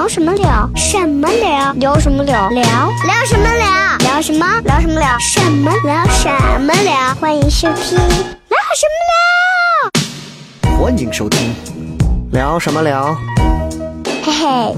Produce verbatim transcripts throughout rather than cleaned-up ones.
聊什么聊？什么聊？聊什么聊？聊聊什么聊？聊什么？聊什么聊？什么聊？什么聊？欢迎收听聊什么聊？ 欢迎收听聊什么聊？ 嘿嘿。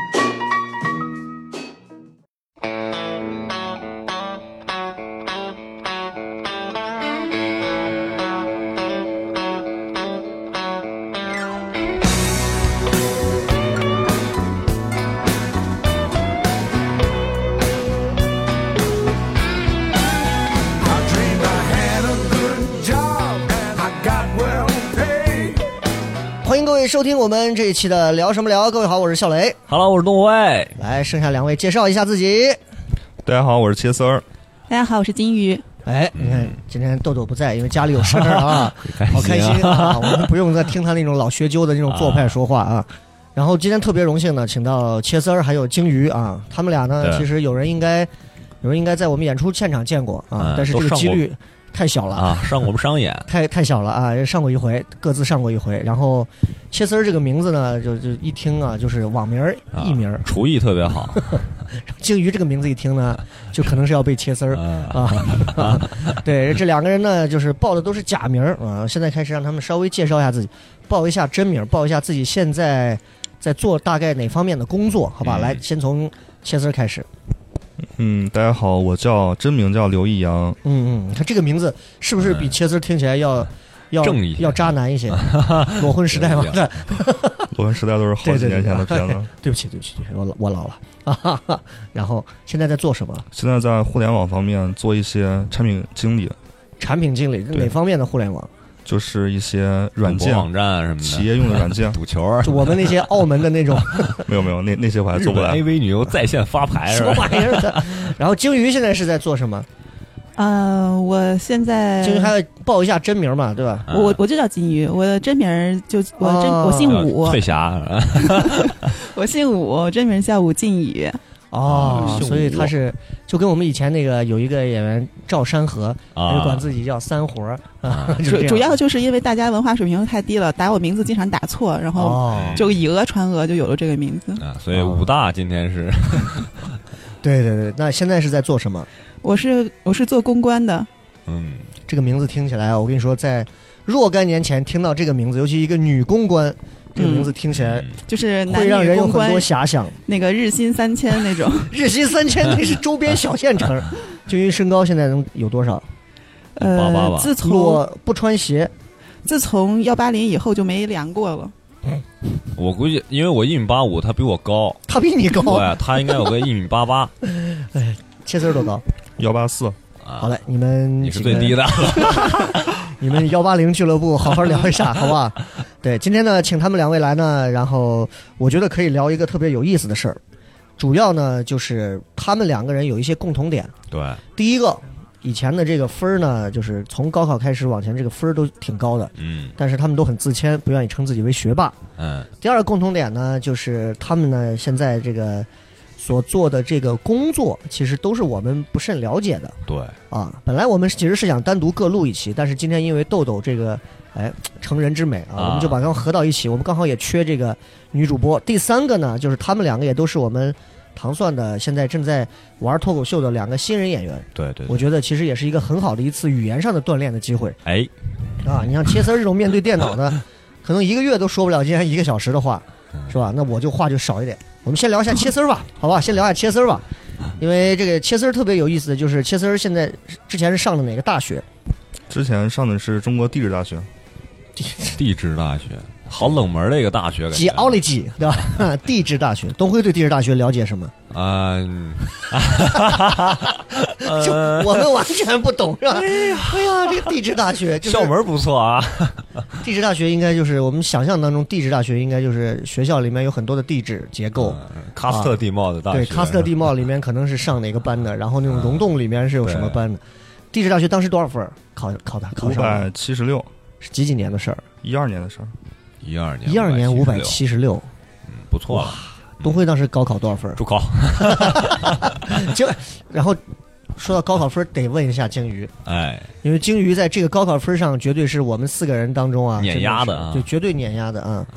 收听我们这一期的聊什么聊。各位好，我是笑雷。 Hello， 我是东辉。 来，剩下两位介绍一下自己。 大家好，我是切丝儿。 大家好，我是金鱼。 哎，你看今天豆豆不在，因为家里有事儿啊，好开心啊！我们不用再听他那种老学究的那种做派说话啊。然后今天特别荣幸呢，请到切丝儿还有鲸鱼啊，他们俩呢，其实有人应该有人应该在我们演出现场见过啊，但是这个几率太小了啊，上过我们商演， 太太小了啊，上过一回，各自上过一回。然后切丝儿这个名字呢，就就一听啊，就是网名艺名、啊， 厨艺特别好。 鲸鱼这个名字一听呢，就可能是要被切丝儿啊。啊对，这两个人呢，就是报的都是假名啊。现在开始让他们稍微介绍一下自己，报一下真名，报一下自己现在在做大概哪方面的工作，好吧？嗯、来，先从切丝儿开始。 嗯，大家好，我叫真名叫刘易阳。 嗯嗯，他这个名字是不是比切丝听起来要、嗯、要正一些， 要渣男一些？裸婚时代嘛，对， 裸婚时代都是好几年前的片子。 对不起，对不起，我我老了啊。然后现在在做什么？ 现在在互联网方面做一些产品经理。 产品经理哪方面的互联网？ 就是一些软件网站什么的， 企业用的软件， 赌球， 就我们那些澳门的那种， 没有没有，那那些我还做不来。 A V 女优在线发牌是吧？ 什么玩意儿的？然后鲸鱼现在是在做什么？ 呃，我现在鲸鱼还要报一下真名嘛，对吧？ 我我我就叫金鱼，我的真名就我真、哦、我姓武， 翠霞， 我姓武，真名叫武靖宇。 哦，所以他是就跟我们以前那个有一个演员赵山河，啊、就管自己叫三活啊。 主主要就是因为大家文化水平太低了，打我名字经常打错，然后就以讹传讹，就有了这个名字。 啊、所以武大今天是， 对对对。那现在是在做什么？ 我是我是做公关的。 嗯，这个名字听起来，我跟你说，在若干年前听到这个名字，尤其一个女公关。这个名字听起来就是会让人有很多遐想， 那个日薪三千那种， 日薪三千那是周边小县城。鲸鱼身高现在能有多少？ 呃，自从不穿鞋， 自从幺八零以后就没量过了。 我估计，因为我一米八五，他比我高， 他比你高， 对，他应该有个一米八八。 哎，切丝多高？ 幺八四。 好嘞，你们你是最低的。 你们幺八零俱乐部好好聊一下，好吧？对，今天呢，请他们两位来呢，然后我觉得可以聊一个特别有意思的事儿，主要呢就是他们两个人有一些共同点。 对， 第一个，以前的这个分儿呢，就是从高考开始往前，这个分儿都挺高的，嗯，但是他们都很自谦，不愿意称自己为学霸，嗯。第二个共同点呢，就是他们呢现在这个所做的这个工作，其实都是我们不甚了解的。 对啊，本来我们其实是想单独各录一期，但是今天因为豆豆这个哎成人之美啊，我们就把它们合到一起。我们刚好也缺这个女主播。第三个呢，就是他们两个也都是我们糖蒜的现在正在玩脱口秀的两个新人演员。 对 对, 对， 我觉得其实也是一个很好的一次语言上的锻炼的机会。 哎， 啊，你像切丝这种面对电脑的，可能一个月都说不了今天一个小时的话，是吧？那我就话就少一点。我们先聊一下切丝吧，好吧？先聊一下切丝吧，因为这个切丝特别有意思的就是切丝现在之前是上的哪个大学？ 之前上的是中国地质大学。 地质大学，好冷门的一个大学。 Geology 对吧？地质大学。东辉对地质大学了解什么？啊、呃，就我们完全不懂，是吧？哎呀，哎呀，这个地质大学、就是、 校门不错啊。 地质大学应该就是我们想象当中，地质大学应该就是学校里面有很多的地质结构， 嗯、喀斯特地貌的大学。 对，喀斯特地貌里面可能是上哪个班的，然后那种溶洞里面是有什么班的。地质大学当时多少分？考考的考上五百七十六， 是几几年的事儿？ 一二年的事儿。 一二年， 一二年五百七十六， 嗯，不错了。 东辉当时高考多少分？ 中考。 就然后说到高考分，得问一下鲸鱼， 哎， 因为鲸鱼在这个高考分上绝对是我们四个人当中啊碾压的啊， 就绝对碾压的啊。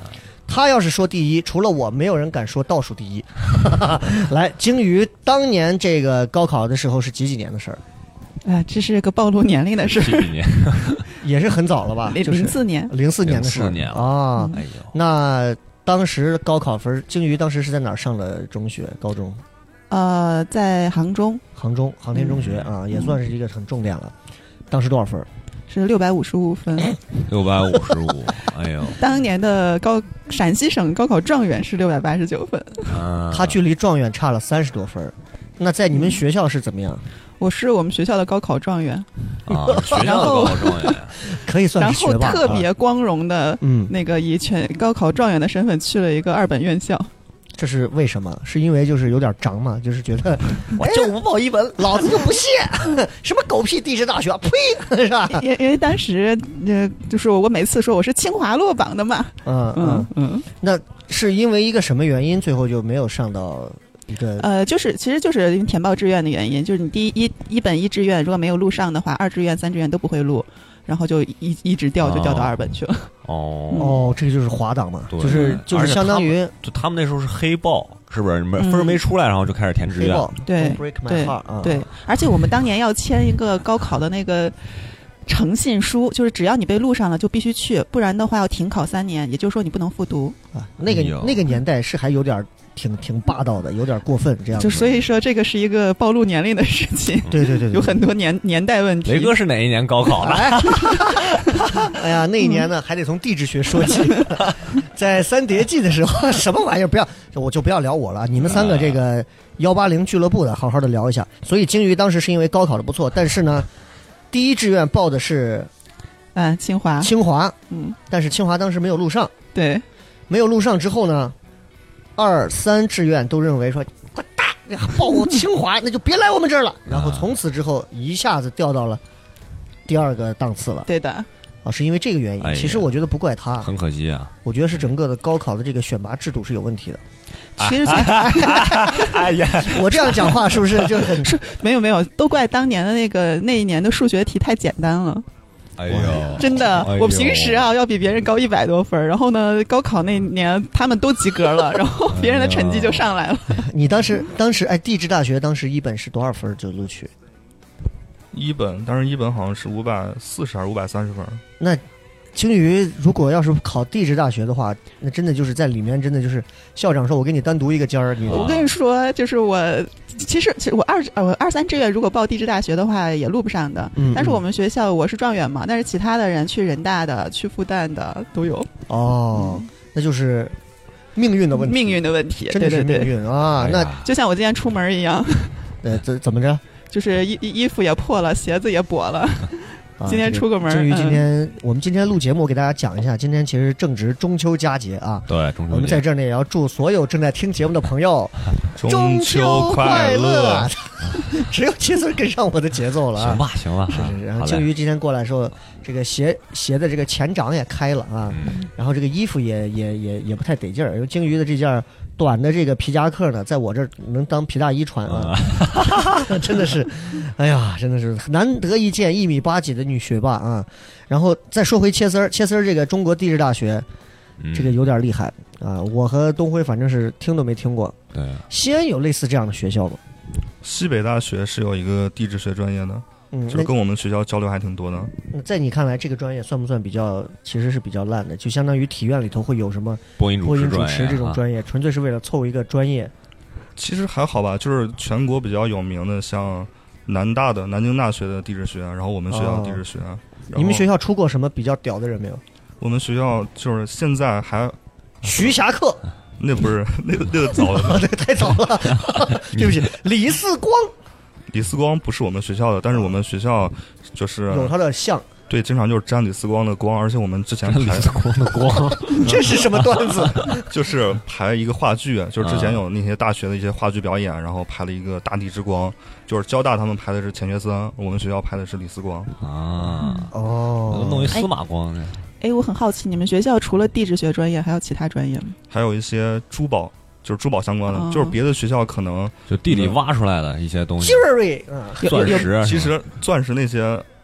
他要是说第一，除了我，没有人敢说倒数第一。来，鲸鱼当年这个高考的时候是几几年的事儿？ 啊，这是个暴露年龄的事， 几几年？ 也是很早了吧？ 零四年， 零四年的事零四年啊。 哎呦， 那当时高考分，鲸鱼当时是在哪儿上的中学、高中？ 呃，在杭州， 杭州航天中学啊，也算是一个很重点了。当时多少分？ 是六百五十五分， 六百五十五，哎呦！ 当年的高陕西省高考状元是六百八十九分， 啊， 他距离状元差了三十多分。那在你们学校是怎么样？ 我是我们学校的高考状元啊，学校的高考状元可以算是学霸， 然后特别光荣的， 嗯， 那个以全高考状元的身份去了一个二本院校。 这是为什么？是因为就是有点长嘛，就是觉得我就不报一本，老子就不屑，什么狗屁地质大学，呸，是吧？ 因因为当时呃，就是我每次说我是清华落榜的嘛， 嗯嗯嗯， 那是因为一个什么原因，最后就没有上到一个？ 呃，就是其实就是因为填报志愿的原因，就是你第一一本一志愿如果没有录上的话，二志愿、三志愿都不会录。然后就一一直掉，就掉到二本去了。 哦哦，这个就是滑档嘛，就是就是相当于， 就他们那时候是黑豹，是不是？分没出来，然后就开始填志愿。 对对对，而且我们当年要签一个高考的那个诚信书，就是只要你被录上了就必须去，不然的话要停考三年，也就是说你不能复读啊。那个那个年代是还有点。挺挺霸道的，有点过分，这样就所以说这个是一个暴露年龄的事情。 对对 对, 对， 有很多年年代问题。 雷哥是哪一年高考的？ 哎呀，那一年呢，还得从地质学说起。在三叠纪的时候，什么玩意儿？不要，我就不要聊我了。你们三个这个幺八零俱乐部的，好好的聊一下。所以鲸鱼当时是因为高考的不错，但是呢，第一志愿报的是， 嗯，清华。 清华， 嗯， 但是清华当时没有录上。 对， 没有录上之后呢？二三志愿都认为说滚蛋，报清华那就别来我们这儿了。然后从此之后一下子掉到了第二个档次了。 对的， 啊，是因为这个原因。 哎、 其实我觉得不怪他， 很可惜啊。 我觉得是整个的高考的这个选拔制度是有问题的。 其实， 哎呀，我这样讲话是不是就很是？没有没有，都怪当年的那个那一年的数学题太简单了。 哎呦， 真的， 哎、 我平时啊要比别人高一百多分，然后呢，高考那年他们都及格了，然后别人的成绩就上来了。 你当时当时哎，地质大学当时一本是多少分就录取？ 一本，当时一本好像是五百四十还是五百三十分。 那鲸鱼如果要是考地质大学的话，那真的就是在里面，真的就是校长说我给你单独一个尖儿。你我跟你说，就是我其实其实我二我二三志愿如果报地质大学的话也录不上的， 嗯嗯但是我们学校我是状元嘛，但是其他的人去人大的、去复旦的都有。 哦，嗯、那就是命运的问题， 命运的问题， 真的是命运对对对啊！那就像我今天出门一样， 呃，怎怎么着？ 就是衣衣服也破了，鞋子也跛了。今天出个门， 至于今天、嗯、我们今天录节目，给大家讲一下，今天其实正值中秋佳节啊。 对，中秋节。 我们在这儿呢，也要祝所有正在听节目的朋友中秋快乐。 只有七岁跟上我的节奏了、啊。 行吧，行吧。 是是是。然后鲸鱼今天过来的时候，这个鞋鞋的这个前掌也开了啊，嗯、然后这个衣服也也也也不太得劲儿，因为鲸鱼的这件短的这个皮夹克呢，在我这儿能当皮大衣穿啊，嗯、真的是，哎呀，真的是难得一见一米八几的女学霸啊。然后再说回切丝儿，切丝儿这个中国地质大学， 嗯、 这个有点厉害啊。我和东辉反正是听都没听过。 对， 西安有类似这样的学校吗？ 西北大学是有一个地质学专业的。 嗯， 就是跟我们学校交流还挺多的。 那在你看来，这个专业算不算比较，其实是比较烂的？就相当于体院里头会有什么播音主持主持这种专业，纯粹是为了凑一个专业。 其实还好吧，就是全国比较有名的，像南大的南京大学的地质学，然后我们学校地质学。 哦、你们学校出过什么比较屌的人没有？ 我们学校就是现在还徐霞客。 那不是那个那个早了， 这太早了，对不起，李四光。 李四光不是我们学校的，但是我们学校就是有他的像， 对，经常就是沾李四光的光，而且我们之前排李四光的光， 这是什么段子？ 就是排一个话剧，就是之前有那些大学的一些话剧表演，然后排了一个大地之光，就是交大他们排的是钱学森，我们学校排的是李四光啊， 哦， 弄一司马光呢。 哎，我很好奇，你们学校除了地质学专业，还有其他专业吗？ 还有一些珠宝。就是珠宝相关的，哦、就是别的学校可能就地里挖出来的一些东西， 金瑞啊， 钻石， 其实钻石那些啊、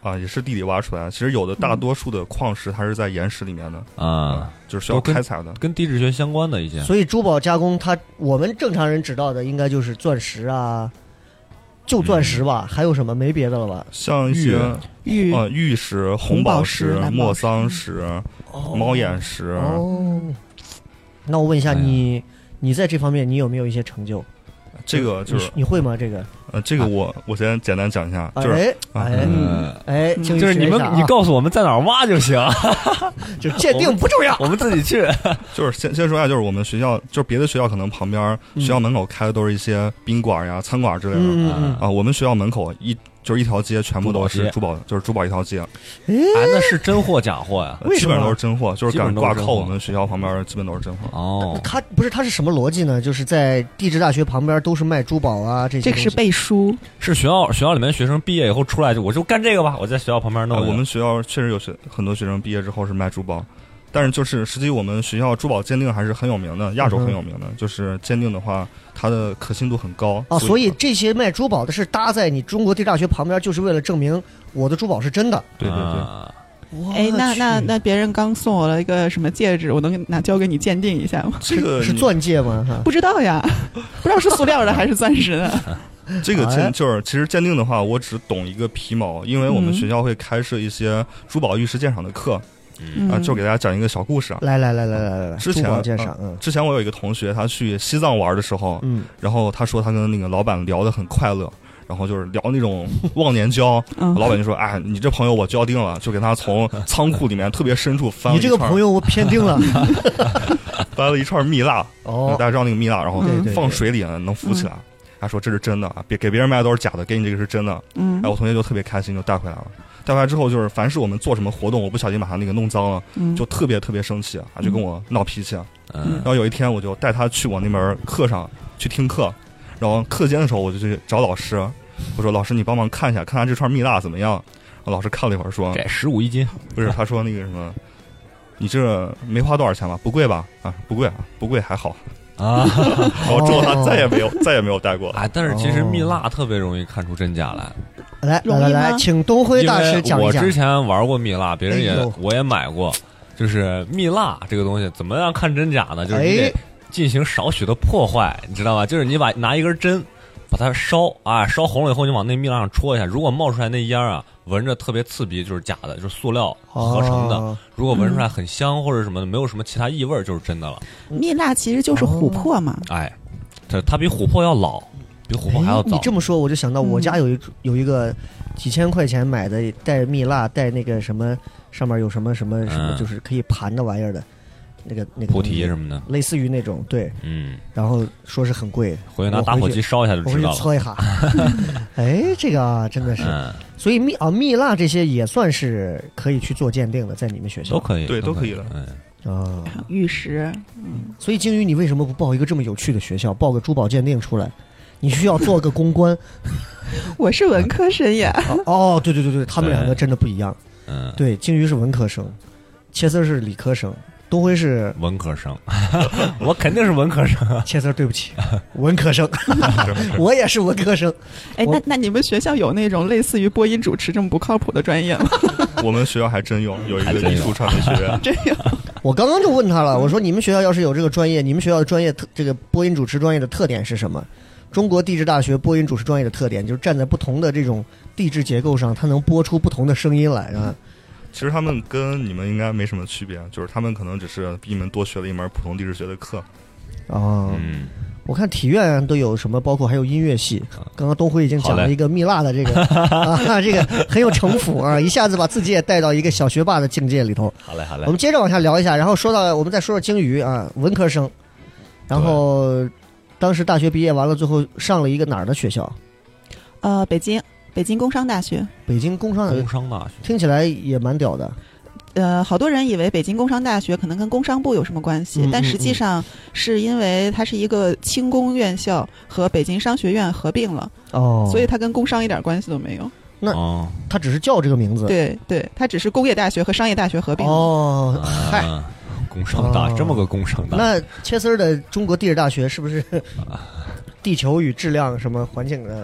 啊，也是地里挖出来。其实有的大多数的矿石它是在岩石里面的啊、嗯， 就是需要开采的， 跟地质学相关的一些。 所以珠宝加工它，我们正常人知道的应该就是钻石啊，就钻石吧，嗯、还有什么没别的了吧？ 像一些玉啊、呃、玉石、红宝石、莫桑石、 哦、 猫眼石。 哦，那我问一下你，哎、你在这方面你有没有一些成就？ 这个就是你, 你会吗？这个呃，这个我、啊、我先简单讲一下，就是哎哎、嗯、哎， 就是你们、啊、你告诉我们在哪儿挖就行， 就鉴定不重要， 我们, 我们自己去。 就是先先说一下，就是我们学校，就是别的学校可能旁边、嗯、学校门口开的都是一些宾馆呀、餐馆之类的、 嗯、 啊，我们学校门口一。就是一条街全部都是珠宝，就是珠宝一条街。 哎， 那是真货假货呀？ 为什么？ 基本都是真货，就是敢挂靠我们学校旁边，基本都是真货。 哦， 他不是他是什么逻辑呢？就是在地质大学旁边都是卖珠宝啊这些。 这个是背书， 是学校学校里面学生毕业以后出来就我就干这个吧，我在学校旁边弄、 呃。我们学校确实有学很多学生毕业之后是卖珠宝。但是就是实际我们学校珠宝鉴定还是很有名的，亚洲很有名的，嗯、就是鉴定的话，它的可信度很高啊。所以这些卖珠宝的是搭在你中国地质大学旁边，就是为了证明我的珠宝是真的。 对对对。 啊、 哎，那那那别人刚送我了一个什么戒指，我能拿交给你鉴定一下吗？ 这个是钻戒吗？ 不知道呀，不知道是塑料的还是钻石的。 这个鉴就是其实鉴定的话，我只懂一个皮毛，因为我们学校会开设一些珠宝玉石鉴赏的课。 嗯啊，就给大家讲一个小故事啊！ 来来来来来来， 之前鉴赏，嗯， 之前我有一个同学，他去西藏玩的时候， 嗯， 然后他说他跟那个老板聊得很快乐，然后就是聊那种忘年交，嗯、老板就说：“哎，你这朋友我交定了。”就给他从仓库里面特别深处翻了一串。 你这个朋友我偏定了， 翻了一串蜜蜡， 哦， 大家知道那个蜜蜡，然后嗯、 放水里能浮起来。嗯、他说这是真的啊，别给别人卖的都是假的，给你这个是真的。 嗯， 哎，我同学就特别开心，就带回来了。带回来之后，就是凡是我们做什么活动，我不小心把他那个弄脏了， 嗯、 就特别特别生气啊，就跟我闹脾气啊。 嗯、 然后有一天，我就带他去我那门课上去听课，然后课间的时候，我就去找老师，我说：“老师，你帮忙看一下，看看这串蜜蜡怎么样？”老师看了一会儿说：“ 这十五一斤。” 不是，他说那个什么，你这没花多少钱吧？不贵吧？啊，不贵啊，不贵还好。 啊， 然后之后他再也没有、哦、再也没有戴过了。 哎，但是其实蜜蜡特别容易看出真假来。 来来来来，请东辉大师讲一讲。 我之前玩过蜜蜡，别人也、哎、我也买过。就是蜜蜡这个东西，怎么样看真假呢？就是你得进行少许的破坏，你知道吗？就是你把拿一根针，把它烧啊，烧红了以后，你往那蜜蜡上戳一下，如果冒出来那烟啊，闻着特别刺鼻，就是假的，就是塑料合成的。哦、如果闻出来很香或者什么的，没有什么其他异味，就是真的了。 蜜蜡其实就是琥珀嘛。 哦、哎，它它比琥珀要老。比琥珀还要早。 你这么说，我就想到我家有一有一个几千块钱买的带蜜蜡带那个什么上面有什么什么什么，就是可以盘的玩意儿的，那个那个菩提什么的， 类似于那种对， 嗯， 然后说是很贵， 回去拿打火机烧一下就知道了。 我搓一下，哎，这个啊真的是， 嗯、 所以蜜啊蜜蜡这些也算是可以去做鉴定的，在你们学校都可以， 对，都可以的。 嗯啊， 玉石， 嗯，所以鲸鱼，你为什么不报一个这么有趣的学校，报个珠宝鉴定出来？你需要做个公关。 我是文科生呀。 哦，对对对对，他们两个真的不一样。 嗯， 对，鲸鱼是文科生，切丝是理科生，东辉是文科生。我肯定是文科生。 切丝，对不起，文科生。我也是文科生。 哎，那那你们学校有那种类似于播音主持这么不靠谱的专业吗？ 我们学校还真有，有一个艺术传媒学院。 真有。 我刚刚就问他了，我说你们学校要是有这个专业，你们学校的专业特这个播音主持专业的特点是什么？中国地质大学播音主持专业的特点就是站在不同的这种地质结构上，它能播出不同的声音来啊。 其实他们跟你们应该没什么区别，就是他们可能只是比你们多学了一门普通地质学的课。 哦， 嗯， 我看体院都有什么，包括还有音乐系。刚刚东辉已经讲了一个蜜蜡的这个啊，这个很有城府啊，一下子把自己也带到一个小学霸的境界里头。 好嘞，好嘞。 我们接着往下聊一下，然后说到我们再说说鲸鱼啊，文科生，然后当时大学毕业完了，最后上了一个哪儿的学校？ 呃，北京，北京工商大学。 北京工商工商大学听起来也蛮屌的。 呃，好多人以为北京工商大学可能跟工商部有什么关系， 嗯、 但实际上是因为它是一个轻工院校和北京商学院合并了， 哦， 所以它跟工商一点关系都没有。 那它只是叫这个名字？ 对对，它只是工业大学和商业大学合并。 哦，嗨。 啊工商大、哦、这么个工商大， 那切丝儿的中国地质大学是不是地球与质量什么环境的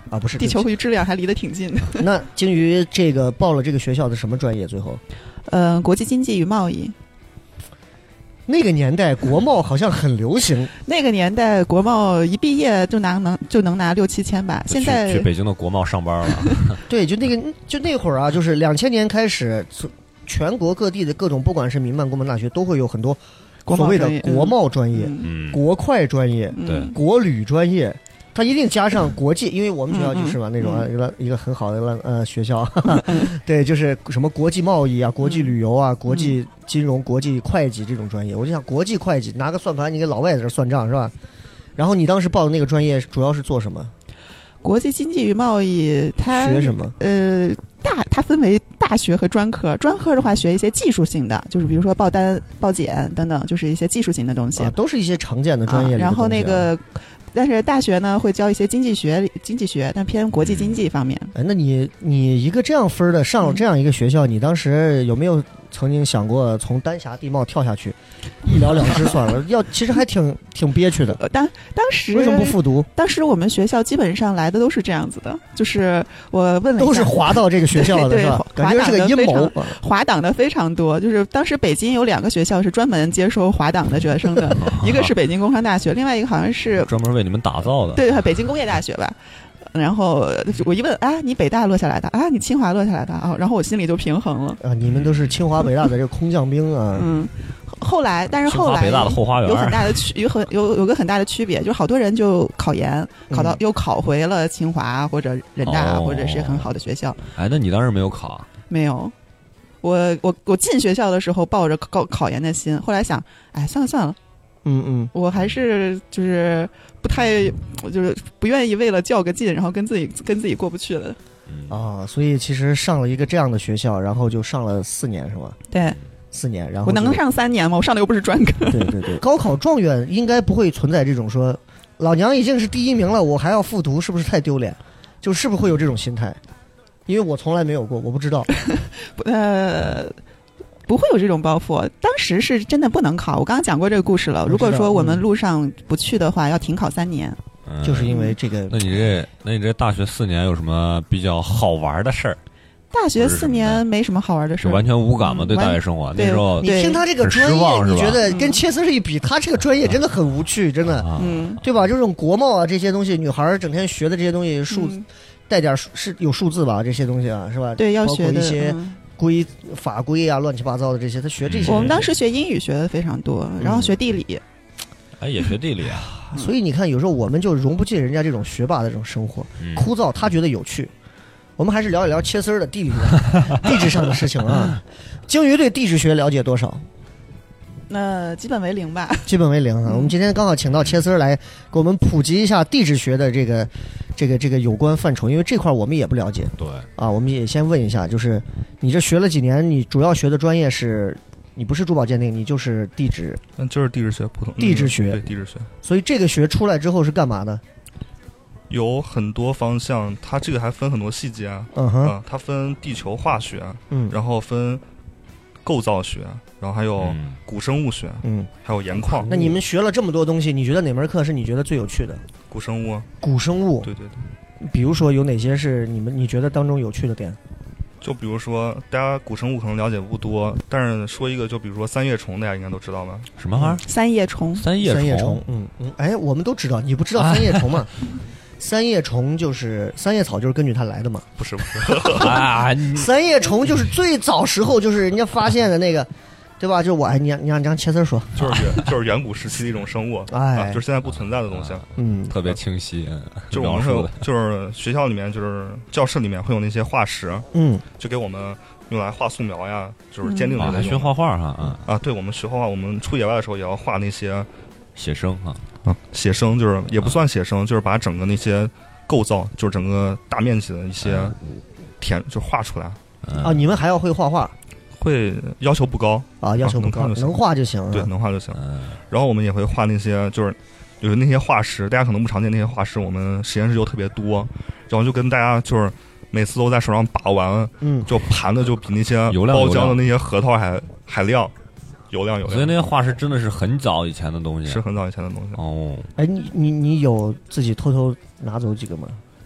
啊，不是地球与质量还离得挺近的。 那鲸鱼这个报了这个学校的什么专业？最后， 呃，国际经济与贸易。 那个年代国贸好像很流行， 那个年代国贸一毕业就拿能就能拿六七千吧。现在去, 去北京的国贸上班了。 对，就那个就那会儿啊，就是两千年开始，全国各地的各种不管是民办、公办大学都会有很多所谓的国贸专业、 嗯、 国会专业、 对、 嗯、国旅专业。它一定加上国际，因为我们学校就是嘛、嗯、那种、啊、一个一个很好的呃学校，对，就是什么国际贸易啊、国际旅游啊、国际金融、国际会计这种专业。我就想国际会计拿个算盘，你给老外在这算账是吧？然后你当时报的那个专业主要是做什么？ 国际经济与贸易，它学什么？ 呃，大它分为大学和专科。专科的话学一些技术性的，就是比如说报单、报检等等，就是一些技术性的东西， 啊、都是一些常见的专业、啊。 然后那个。但是大学呢会教一些经济学，经济学，但偏国际经济方面。 哎，那你你一个这样分的上了这样一个学校，嗯、你当时有没有曾经想过从丹霞地贸跳下去，一了了之算了？要其实还挺挺憋屈的。 当当时为什么不复读？ 当时我们学校基本上来的都是这样子的，就是我问了一下， 都是滑到这个学校的对是吧？感觉是个阴谋， 滑档的非常多。就是当时北京有两个学校是专门接收滑档的学生的，一个是北京工商大学，另外一个好像是专门为你们打造的， 对，北京工业大学吧。然后我一问啊，你北大落下来的啊，你清华落下来的啊，然后我心里就平衡了啊，你们都是清华北大的这个空降兵啊。 嗯，后来但是后来北大的后花园有很大的区有很有有个很大的区别，就是好多人就考研考到、嗯、又考回了清华或者人大、哦、或者是很好的学校。 哎，那你当时没有考？ 没有，我我我进学校的时候抱着考考研的心，后来想，哎，算了算了。 嗯嗯， 我还是就是不太，就是不愿意为了较个劲，然后跟自己跟自己过不去了。 啊，所以其实上了一个这样的学校，然后就上了四年是吗？ 对， 四年。然后我能上三年吗？我上的又不是专科。 对对对，高考状元应该不会存在这种说，老娘已经是第一名了，我还要复读，是不是太丢脸？就是不是会有这种心态？因为我从来没有过，我不知道。 呃。不会有这种包袱，当时是真的不能考。我刚刚讲过这个故事了。如果说我们路上不去的话，嗯、要停考三年， 嗯， 就是因为这个。 那你这，那你这大学四年有什么比较好玩的事儿？ 大学四年没什么好玩的事儿， 完全无感嘛、嗯？对大学生活那时候， 你听他这个专业，你觉得跟切斯利比，他这个专业真的很无趣，真的， 嗯， 对吧？就这种国贸啊这些东西，女孩整天学的这些东西，数、嗯、带点是有数字吧，这些东西啊，是吧？ 对，要学的包括一些。 嗯规法规啊，乱七八糟的这些，他学这些。 我们当时学英语学的非常多，然后学地理， 嗯、哎，也学地理啊。 所以你看，有时候我们就融不进人家这种学霸的这种生活，嗯、枯燥，他觉得有趣。我们还是聊一聊切丝儿的地理的地质上的事情啊。鲸鱼对地质学了解多少？ 那基本为零吧。 基本为零啊。嗯、我们今天刚好请到切丝儿来给我们普及一下地质学的这个。这个这个有关范畴，因为这块我们也不了解。 对啊，我们也先问一下，就是你这学了几年？你主要学的专业是，你不是珠宝鉴定，你就是地质， 嗯，就是地质学，普通地质学， 对地质学。 所以这个学出来之后是干嘛的？ 有很多方向，它这个还分很多细节啊。 嗯哼， 啊，它分地球化学， 嗯， 然后分构造学，然后还有古生物学， 嗯， 还有盐矿。 那你们学了这么多东西，你觉得哪门课是你觉得最有趣的？ 古生物。 古生物。 对对对。 比如说有哪些是你们你觉得当中有趣的点？ 就比如说，大家古生物可能了解不多，但是说一个，就比如说三叶虫，大家应该都知道吧？ 什么玩意儿？ 三叶虫。 三叶虫。 三叶虫。嗯嗯，哎，我们都知道，你不知道三叶虫吗？三叶虫就是三叶草，就是根据它来的嘛。 不是不是啊， 三叶虫就是最早时候就是人家发现的那个。对吧？就我哎，你让你让你让切丝说， 就是远就是远古时期的一种生物， 哎、 啊，就是现在不存在的东西。 嗯， 特别清晰。 就是我们会，就是学校里面，就是教室里面会有那些化石， 嗯， 就给我们用来画素描呀，就是鉴定的。 啊，还学画画哈啊啊！对，我们学画画，我们出野外的时候也要画那些写生啊啊，写生就是也不算写生，就是把整个那些构造，就是整个大面积的一些填，就画出来。 啊，你们还要会画画？ 会要求不高啊，要求不高， 啊、 能画就行。 对，能画就行。然后我们也会画那些，就是有那些化石，大家可能不常见那些化石，我们实验室就特别多，然后就跟大家就是每次都在手上把玩， 嗯， 就盘的就比那些包浆的那些核桃还还亮，油亮油亮。 所以那些化石真的是很早以前的东西， 是很早以前的东西。 哦， 哎，你你你有自己偷偷拿走几个吗？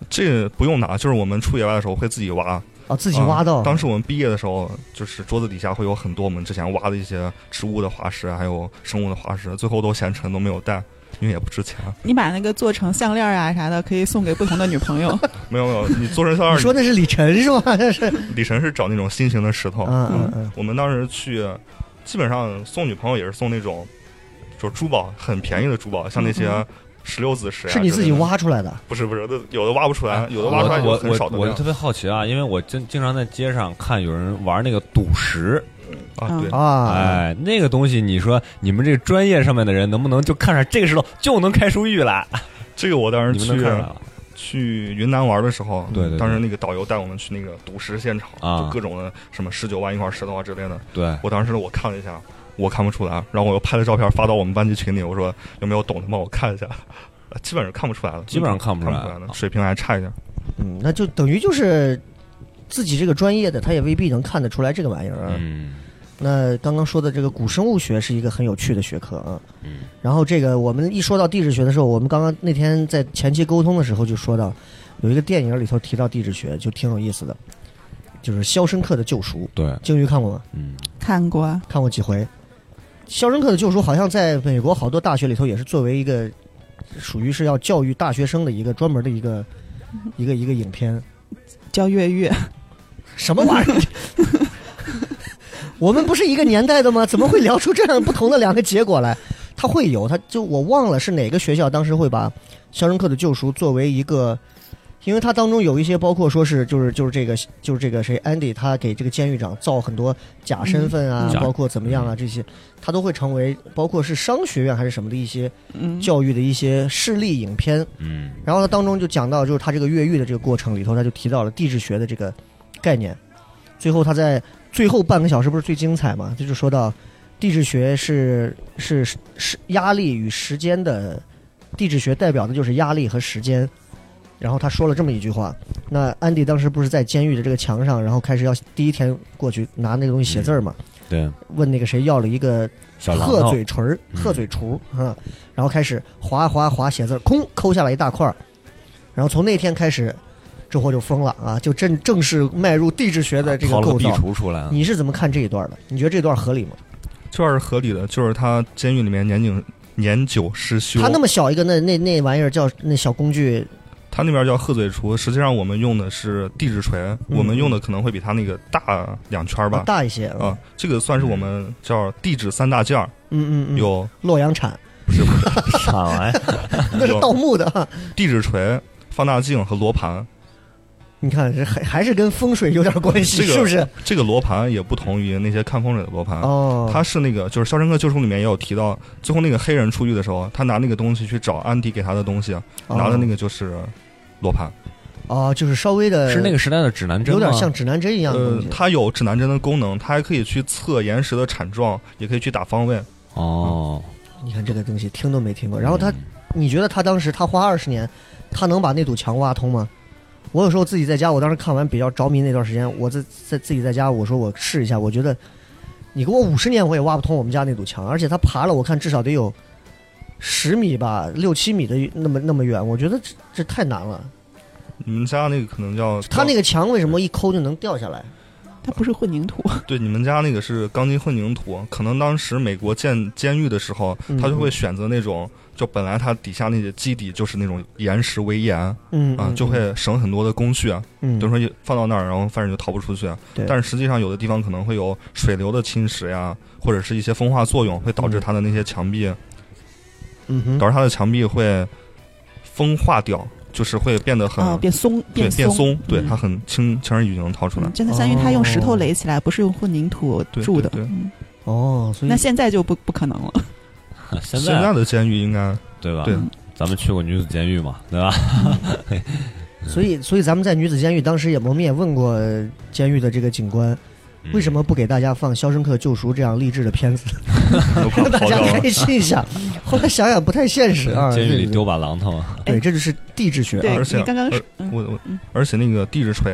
这个不用拿，就是我们出野外的时候会自己挖。 哦，自己挖到、 嗯。当时我们毕业的时候，就是桌子底下会有很多我们之前挖的一些植物的化石，还有生物的化石，最后都嫌沉，都没有带，因为也不值钱。 你把那个做成项链啊啥的，可以送给不同的女朋友。 没有没有，你做成项链。 你说那是李晨是吧？这是李晨是找那种新型的石头。 嗯嗯嗯。 我们当时去，基本上送女朋友也是送那种，就是珠宝很便宜的珠宝，像那些。嗯石榴子石、啊、 是你自己挖出来的？ 不是不是，有的挖不出来，有的挖出来就很少的。 我我我特别好奇啊，因为我经经常在街上看有人玩那个赌石啊，对啊， 哎，那个东西，你说你们这个专业上面的人能不能就看上这个石头就能开出玉来？ 这个我当时去去云南玩的时候， 对 对, 对， 当时那个导游带我们去那个赌石现场，啊、就各种的什么十九万一块石头啊之类的。 对， 我当时我看了一下。我看不出来，然后我又拍了照片发到我们班级群里，我说有没有懂的帮我看一下，基本上看不出来了， 基本上看不出来， 看不出来了，水平还差一点。 嗯，那就等于就是自己这个专业的，他也未必能看得出来这个玩意儿啊。 嗯， 那刚刚说的这个古生物学是一个很有趣的学科啊。 嗯， 然后这个我们一说到地质学的时候，我们刚刚那天在前期沟通的时候就说到，有一个电影里头提到地质学，就挺有意思的，就是《肖申克的救赎》。 对， 鲸鱼看过吗？ 嗯， 看过， 看过几回。《肖申克的救赎》好像在美国好多大学里头也是作为一个属于是要教育大学生的一个专门的一个一个一个影片。 教越狱？ 什么玩意儿？我们不是一个年代的吗？怎么会聊出这样不同的两个结果来？他会有，他就我忘了是哪个学校当时会把《肖申克的救赎》作为一个。因为它当中有一些包括说是就是就是这个就是这个谁 Andy 他给这个监狱长造很多假身份啊、嗯、包括怎么样啊这些他都会成为包括是商学院还是什么的一些教育的一些示例影片。 嗯， 然后他当中就讲到就是他这个越狱的这个过程里头，他就提到了地质学的这个概念。最后他在最后半个小时不是最精彩嘛，就是说到地质学是是是压力与时间的，地质学代表的就是压力和时间。然后他说了这么一句话，那安迪当时不是在监狱的这个墙上，然后开始要第一天过去拿那个东西写字嘛、嗯、 对， 问那个谁要了一个鹤嘴锤鹤嘴锄啊，然后开始划划划写字，空抠下来一大块，然后从那天开始这货就疯了啊，就正正式迈入地质学的这个构造。 地图出来了。 你是怎么看这一段的？你觉得这段合理吗？ 这段是合理的，就是他监狱里面年久年久失修， 他那么小一个那那那玩意儿叫那小工具。 他那边叫鹤嘴锄，实际上我们用的是地质锤、嗯、我们用的可能会比他那个大两圈吧、啊、 大一些啊、 嗯，这个算是我们叫地质三大件。 嗯嗯嗯， 有洛阳铲， 不是不是铲来那是盗墓的。 地质锤、放大镜和罗盘。 你看这还还是跟风水有点关系、这个、是不是？ 这个罗盘也不同于那些看风水的罗盘哦， 它是那个就是《肖申克救赎》里面也有提到，最后那个黑人出狱的时候，他拿那个东西去找安迪给他的东西，哦、拿的那个就是罗盘。 哦，就是稍微的， 是那个时代的指南针吗？ 有点像指南针一样的东西。 呃，它有指南针的功能，它还可以去测岩石的产状，也可以去打方位。 哦、 嗯，你看这个东西听都没听过。然后他，嗯、你觉得他当时他花二十年，他能把那堵墙挖通吗？我有时候自己在家，我当时看完比较着迷那段时间，我在在自己在家，我说我试一下，我觉得你给我五十年我也挖不通我们家那堵墙，而且他爬了，我看至少得有十米吧，六七米的那么那么远，我觉得这这太难了。 你们家那个可能叫他那个墙为什么一抠就能掉下来？ 它不是混凝土。 对，你们家那个是钢筋混凝土，可能当时美国建监狱的时候，他就会选择那种。就本来它底下那些基底就是那种岩石围岩， 嗯啊，就会省很多的工序啊。 嗯， 比如说放到那儿，然后犯人就逃不出去。 对。 但是实际上有的地方可能会有水流的侵蚀呀，或者是一些风化作用，会导致它的那些墙壁， 嗯哼， 导致它的墙壁会风化掉，就是会变得很、 哦、变松， 对，变松， 对，嗯、它很轻轻而易举就能掏出来。 真的相当于它用石头垒起来，不是用混凝土筑的。 对对对嗯、 哦，所以那现在就不不可能了。 现在现在的监狱应该对吧？ 对， 咱们去过女子监狱嘛，对吧？ 所以，所以咱们在女子监狱当时也我们也问过监狱的这个警官， 嗯、 为什么不给大家放《肖申克救赎》这样励志的片子，让大家开心一下？后来想想不太现实啊。 监狱里丢把榔头啊！ 对，这就是地质学。 对， 而且你刚刚我我而且那个地质锤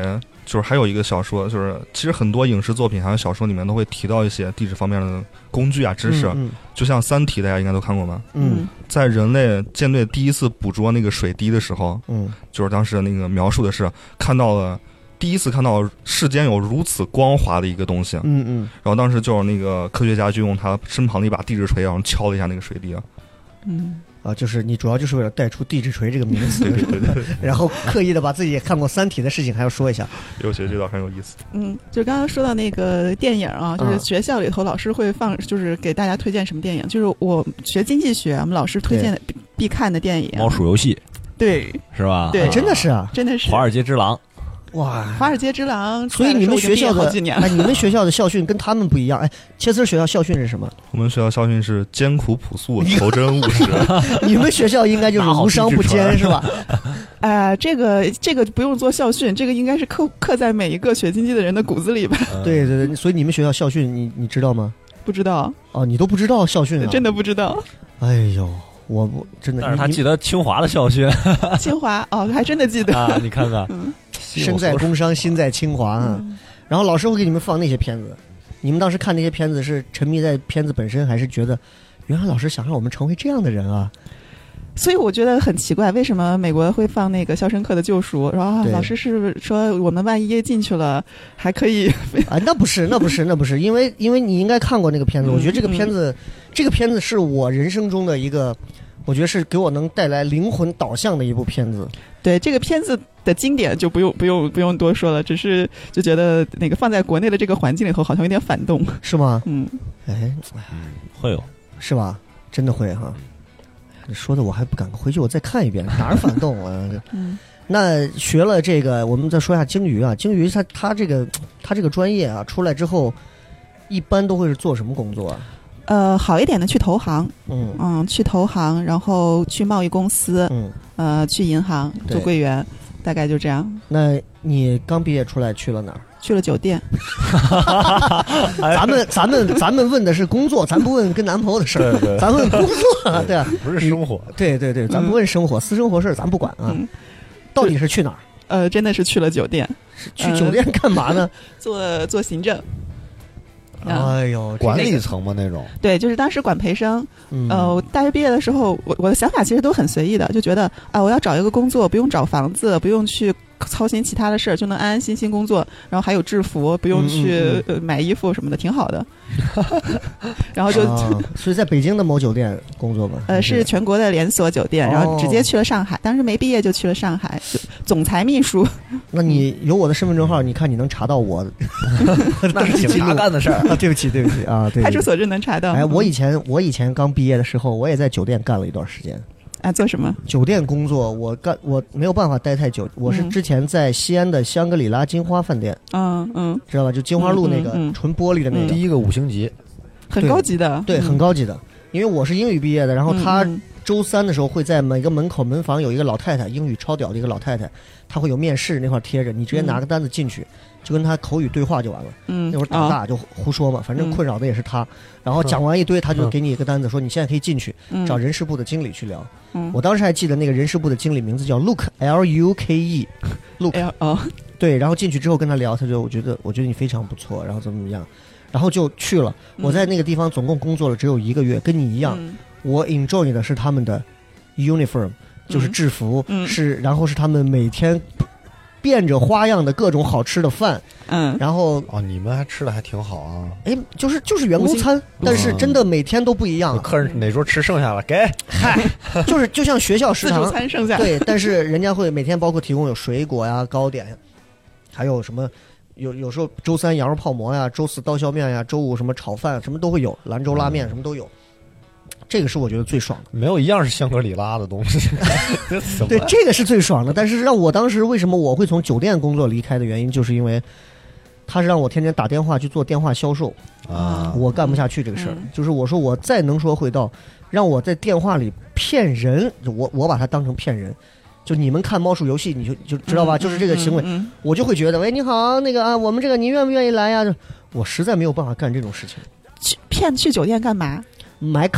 就是还有一个小说，就是其实很多影视作品还有小说里面都会提到一些地质方面的工具啊知识， 嗯嗯、 就像《三体》，大家应该都看过吧？ 嗯， 在人类舰队第一次捕捉那个水滴的时候，嗯，就是当时那个描述的是看到了第一次看到世间有如此光滑的一个东西， 嗯嗯， 然后当时就是那个科学家就用他身旁的一把地质锤，然后敲了一下那个水滴， 嗯。 啊，就是你主要就是为了带出地质锤这个名词，对对对，然后刻意的把自己也看过《三体》的事情还要说一下。 我觉得这倒很有意思。 嗯，就刚刚说到那个电影啊，就是学校里头老师会放，就是给大家推荐什么电影。就是我学经济学，我们老师推荐的必看的电影《 猫鼠游戏》， 对， 是吧？ 对， 真的是啊， 真的是《 华尔街之狼》。 哇， 华尔街之狼， 所以你们学校的哎， 你们学校的校训跟他们不一样。哎，切斯学校校训是什么？ 我们学校校训是艰苦朴素，求真务实。 你们学校应该就是无商不奸，是吧？ 哎、呃，这个这个不用做校训，这个应该是刻刻在每一个学经济的人的骨子里吧？ 嗯、对对对，所以你们学校校训，你你知道吗？ 不知道。 哦，你都不知道校训啊？ 真的不知道。 哎呦。我不真的， 但是他记得清华的校训。 清华哦，还真的记得啊！你看看， 嗯、 身在工商，心在清华啊。嗯、然后老师会给你们放那些片子，你们当时看那些片子是沉迷在片子本身，还是觉得原来老师想让我们成为这样的人啊？ 所以我觉得很奇怪，为什么美国会放那个《肖申克的救赎》？然后老师是说我们万一进去了还可以啊？那不是，那不是，那不是，因为因为你应该看过那个片子。嗯、我觉得这个片子，嗯、这个片子是我人生中的一个，我觉得是给我能带来灵魂导向的一部片子。 对这个片子的经典就不用不用不用多说了，只是就觉得那个放在国内的这个环境里头好像有点反动， 是吗？ 嗯， 哎， 嗯，会有， 是吧？真的会哈。说的我还不敢回去我再看一遍，哪儿反动啊？嗯，那学了这个，我们再说一下鲸鱼啊。鲸鱼它它这个它这个专业啊，出来之后，一般都会是做什么工作啊？ 呃，好一点的去投行， 嗯嗯，去投行，然后去贸易公司， 嗯， 呃，去银行做柜员，大概就这样。 那你刚毕业出来去了哪儿？ 去了酒店。 咱们咱们咱们问的是工作，咱不问跟男朋友的事儿， 对对， 咱问工作，对啊， 不是生活， 对对对，咱不问生活，嗯、私生活事儿咱不管啊。嗯、到底是去哪儿？ 呃，真的是去了酒店。 去酒店干嘛呢？ 呃、做做行政。 哎呦， 管理层嘛那种。 对，就是当时管培生。 嗯、 呃，我大学毕业的时候，我我的想法其实都很随意的，就觉得啊、呃，我要找一个工作，不用找房子，不用去操心其他的事儿，就能安安心心工作，然后还有制服，不用去、 嗯嗯嗯呃、买衣服什么的，挺好的。然后就、 啊，所以在北京的某酒店工作吧？ 呃，是全国的连锁酒店，然后直接去了上海。哦、当时没毕业就去了上海，就总裁秘书。 那你有我的身份证号，你看你能查到我？ 那是警察干的事儿啊！对不起，对不起啊！对， 派出所就能查到。 哎，我以前我以前刚毕业的时候，我也在酒店干了一段时间。 啊，做什么？ 酒店工作，我干我没有办法待太久。我是之前在西安的香格里拉金花饭店， 嗯嗯， 知道吧？就金花路那个纯玻璃的那个， 第一个五星级， 很高级的， 对，很高级的。因为我是英语毕业的，然后他周三的时候会在每个门口门房有一个老太太，英语超屌的一个老太太，她会有面试那块贴着，你直接拿个单子进去，就跟她口语对话就完了。 嗯， 那会儿胆大就胡说嘛，反正困扰的也是她。然后讲完一堆，他就给你一个单子，说你现在可以进去找人事部的经理去聊。 嗯， 我当时还记得那个人事部的经理名字叫 Luke L U K E，Luke 哦， 对，然后进去之后跟他聊，他就我觉得我觉得你非常不错，然后怎么怎么样，然后就去了。我在那个地方总共工作了只有一个月，跟你一样， 嗯、 我 enjoy 的是他们的 uniform， 就是制服， 嗯、 是然后是他们每天变着花样的各种好吃的饭， 嗯， 然后哦，你们还吃的还挺好啊， 哎，就是就是员工餐，但是真的每天都不一样。 客人哪桌吃剩下了给， 嗨，就是就像学校食堂自助餐剩下， 对，但是人家会每天包括提供有水果呀、糕点呀，还有什么有有时候周三羊肉泡馍呀，周四刀削面呀，周五什么炒饭什么都会有，兰州拉面什么都有。这个是我觉得最爽的， 没有一样是香格里拉的东西。 对，这个是最爽的。但是让我当时为什么我会从酒店工作离开的原因，就是因为他是让我天天打电话去做电话销售啊， 我干不下去这个事儿。 嗯、 就是我说我再能说会道，让我在电话里骗人，我我把它当成骗人。就你们看猫鼠游戏，你就就知道吧， 嗯、 就是这个行为， 嗯嗯、 我就会觉得，喂，你好，那个啊，我们这个您愿不愿意来呀？我实在没有办法干这种事情。 去骗去酒店干嘛？ 买卡。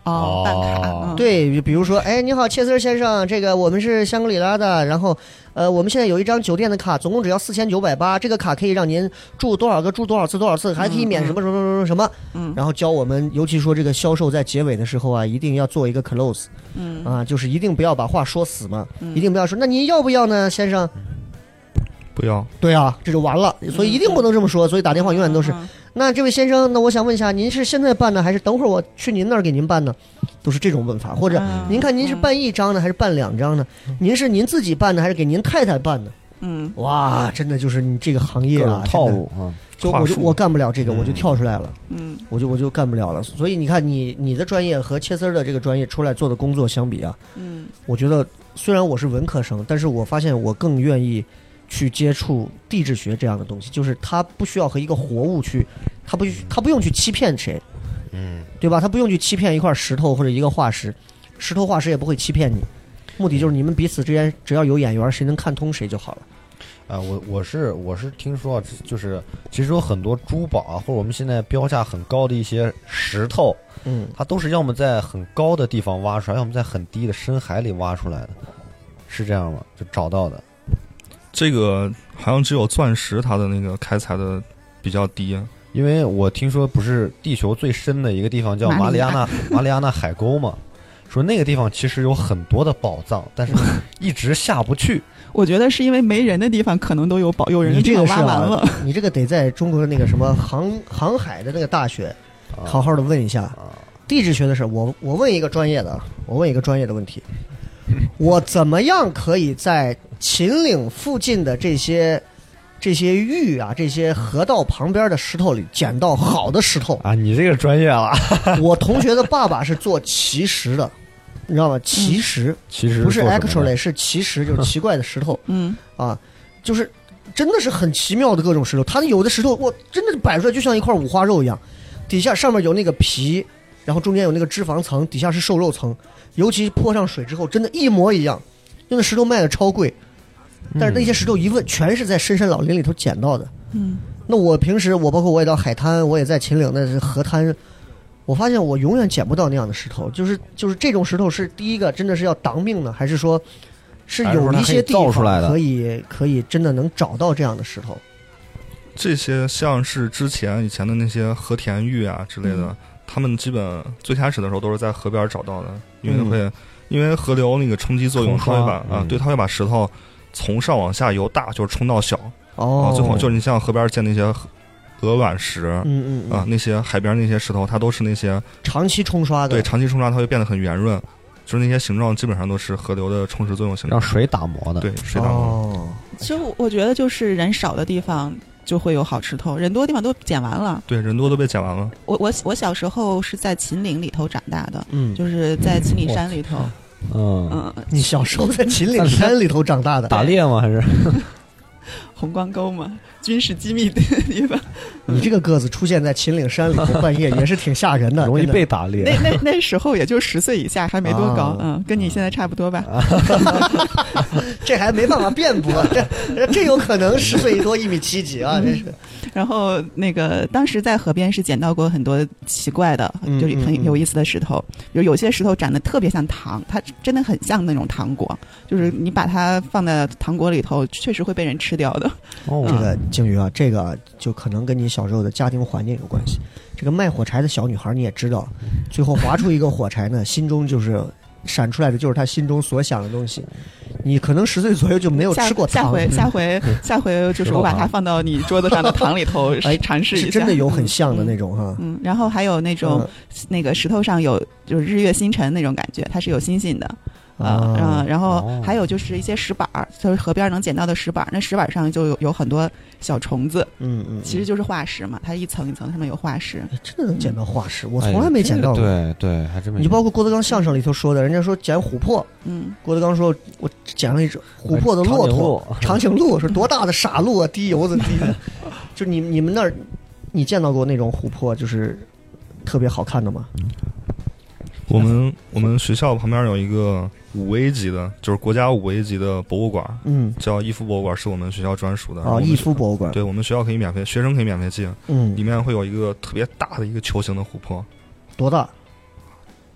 哦，办卡、 哦、 对，比如说，哎，你好，切丝先生，这个我们是香格里拉的，然后，呃，我们现在有一张酒店的卡，总共只要四千九百八，这个卡可以让您住多少个，住多少次，多少次，还可以免什么什么什么什么，嗯，然后教我们，尤其说这个销售在结尾的时候啊，一定要做一个 close， 嗯，啊，就是一定不要把话说死嘛，嗯、一定不要说，那您要不要呢，先生？ 不要。 对啊，这就完了，所以一定不能这么说，所以打电话永远都是。嗯那这位先生，那我想问一下，您是现在办呢，还是等会儿我去您那儿给您办呢？都是这种问法，或者您看您是办一张呢，还是办两张呢？您是您自己办的，还是给您太太办的？嗯，哇，真的就是你这个行业啊， 套路啊， 就我就我干不了这个，我就跳出来了，嗯，我就我就干不了了。所以你看你，你你的专业和切丝的这个专业出来做的工作相比啊，嗯，我觉得虽然我是文科生，但是我发现我更愿意去接触地质学这样的东西，就是它不需要和一个活物去，它不它不用去欺骗谁，嗯，对吧？它不用去欺骗一块石头或者一个化石，石头化石也不会欺骗你，目的就是你们彼此之间只要有眼缘，谁能看通谁就好了。 啊、呃，我我是我是听说，就是其实有很多珠宝啊，或者我们现在标价很高的一些石头，嗯，它都是要么在很高的地方挖出来，要么在很低的深海里挖出来的，是这样吗？就找到的。 这个好像只有钻石它的那个开采的比较低， 因为我听说不是地球最深的一个地方叫马里亚纳马里亚纳海沟嘛，说那个地方其实有很多的宝藏，但是一直下不去。 我觉得是因为没人的地方可能都有宝，有人的地方挖完了。 你这个得在中国的那个什么航航海的那个大学好好的问一下、啊、地质学的事。我我问一个专业的，我问一个专业的问题，我怎么样可以在秦岭附近的这些这些玉啊，这些河道旁边的石头里捡到好的石头啊？你这个专业了。 我同学的爸爸是做奇石的，你知道吗？奇石， 奇石不是 actually 是奇石，就是奇怪的石头。嗯，啊，就是真的是很奇妙的各种石头。它有的石头，哇，真的摆出来就像一块五花肉一样，底下上面有那个皮，然后中间有那个脂肪层，底下是瘦肉层。尤其泼上水之后，真的一模一样。那个石头卖的超贵。但是那些石头一问，全是在深山老林里头捡到的。嗯，那我平时我包括我也到海滩，我也在秦岭那是河滩，我发现我永远捡不到那样的石头。就是就是这种石头是第一个真的是要当命呢，还是说是有一些地方可以可以真的能找到这样的石头？ 这些像是之前以前的那些和田玉啊之类的，嗯、他们基本最开始的时候都是在河边找到的，因为会、嗯、因为河流那个冲击作用，它会把、嗯、啊，对，它会把石头从上往下由大就是冲到小，哦，最后就是你像河边见那些鹅卵石，嗯嗯啊，那些海边那些石头，它都是那些长期冲刷的， 对，长期冲刷它会变得很圆润，就是那些形状基本上都是河流的冲蚀作用形状， 让水打磨的， 对，水打磨。 哦， 其实我觉得就是人少的地方就会有好石头，人多的地方都捡完了， 对，人多都被捡完了。 我我我小时候是在秦岭里头长大的，嗯，就是在秦岭山里头。 嗯嗯，你小时候在秦岭山里头长大的， 打猎吗？还是红光沟嘛？军事机密的地方。 你这个个子出现在秦岭山里头，半夜也是挺吓人的， 容易被打猎。 那那那时候也就十岁以下，还没多高，啊、嗯，跟你现在差不多吧。 这还没办法辩驳，这这有可能十岁多一米七几啊，真是。 然后那个当时在河边是捡到过很多奇怪的，就是很有意思的石头，有有些石头长得特别像糖，它真的很像那种糖果，就是你把它放在糖果里头，确实会被人吃掉的。 哦，这个鲸鱼啊，这个就可能跟你小时候的家庭环境有关系。这个卖火柴的小女孩你也知道，最后划出一个火柴呢，心中就是闪出来的就是她心中所想的东西。你可能十岁左右就没有吃过糖， 下回下回下回就是我把它放到你桌子上的糖里头哎尝试一下， 真的有很像的那种哈。 嗯，然后还有那种、嗯、那个石头上有就是日月星辰那种感觉，它是有星星的。啊、呃，然后还有就是一些石板，就是河边能捡到的石板，那石板上就有有很多小虫子，嗯嗯，其实就是化石嘛，它一层一层上面有化石， 哎、真的能捡到化石，我从来没捡到过。 哎、对对，还真没。 你就包括郭德纲相声里头说的，人家说捡琥珀，嗯，郭德纲说我捡了一只琥珀的骆驼，长颈鹿是多大的傻鹿啊，滴油子滴的，就你你们那儿，你见到过那种琥珀就是特别好看的吗？ 我们我们学校旁边有一个五 A 级的，就是国家五 A 级的博物馆，嗯，叫逸夫博物馆，是我们学校专属的。 哦，逸夫博物馆， 对，我们学校可以免费，学生可以免费进。嗯，里面会有一个特别大的一个球形的琥珀， 多大？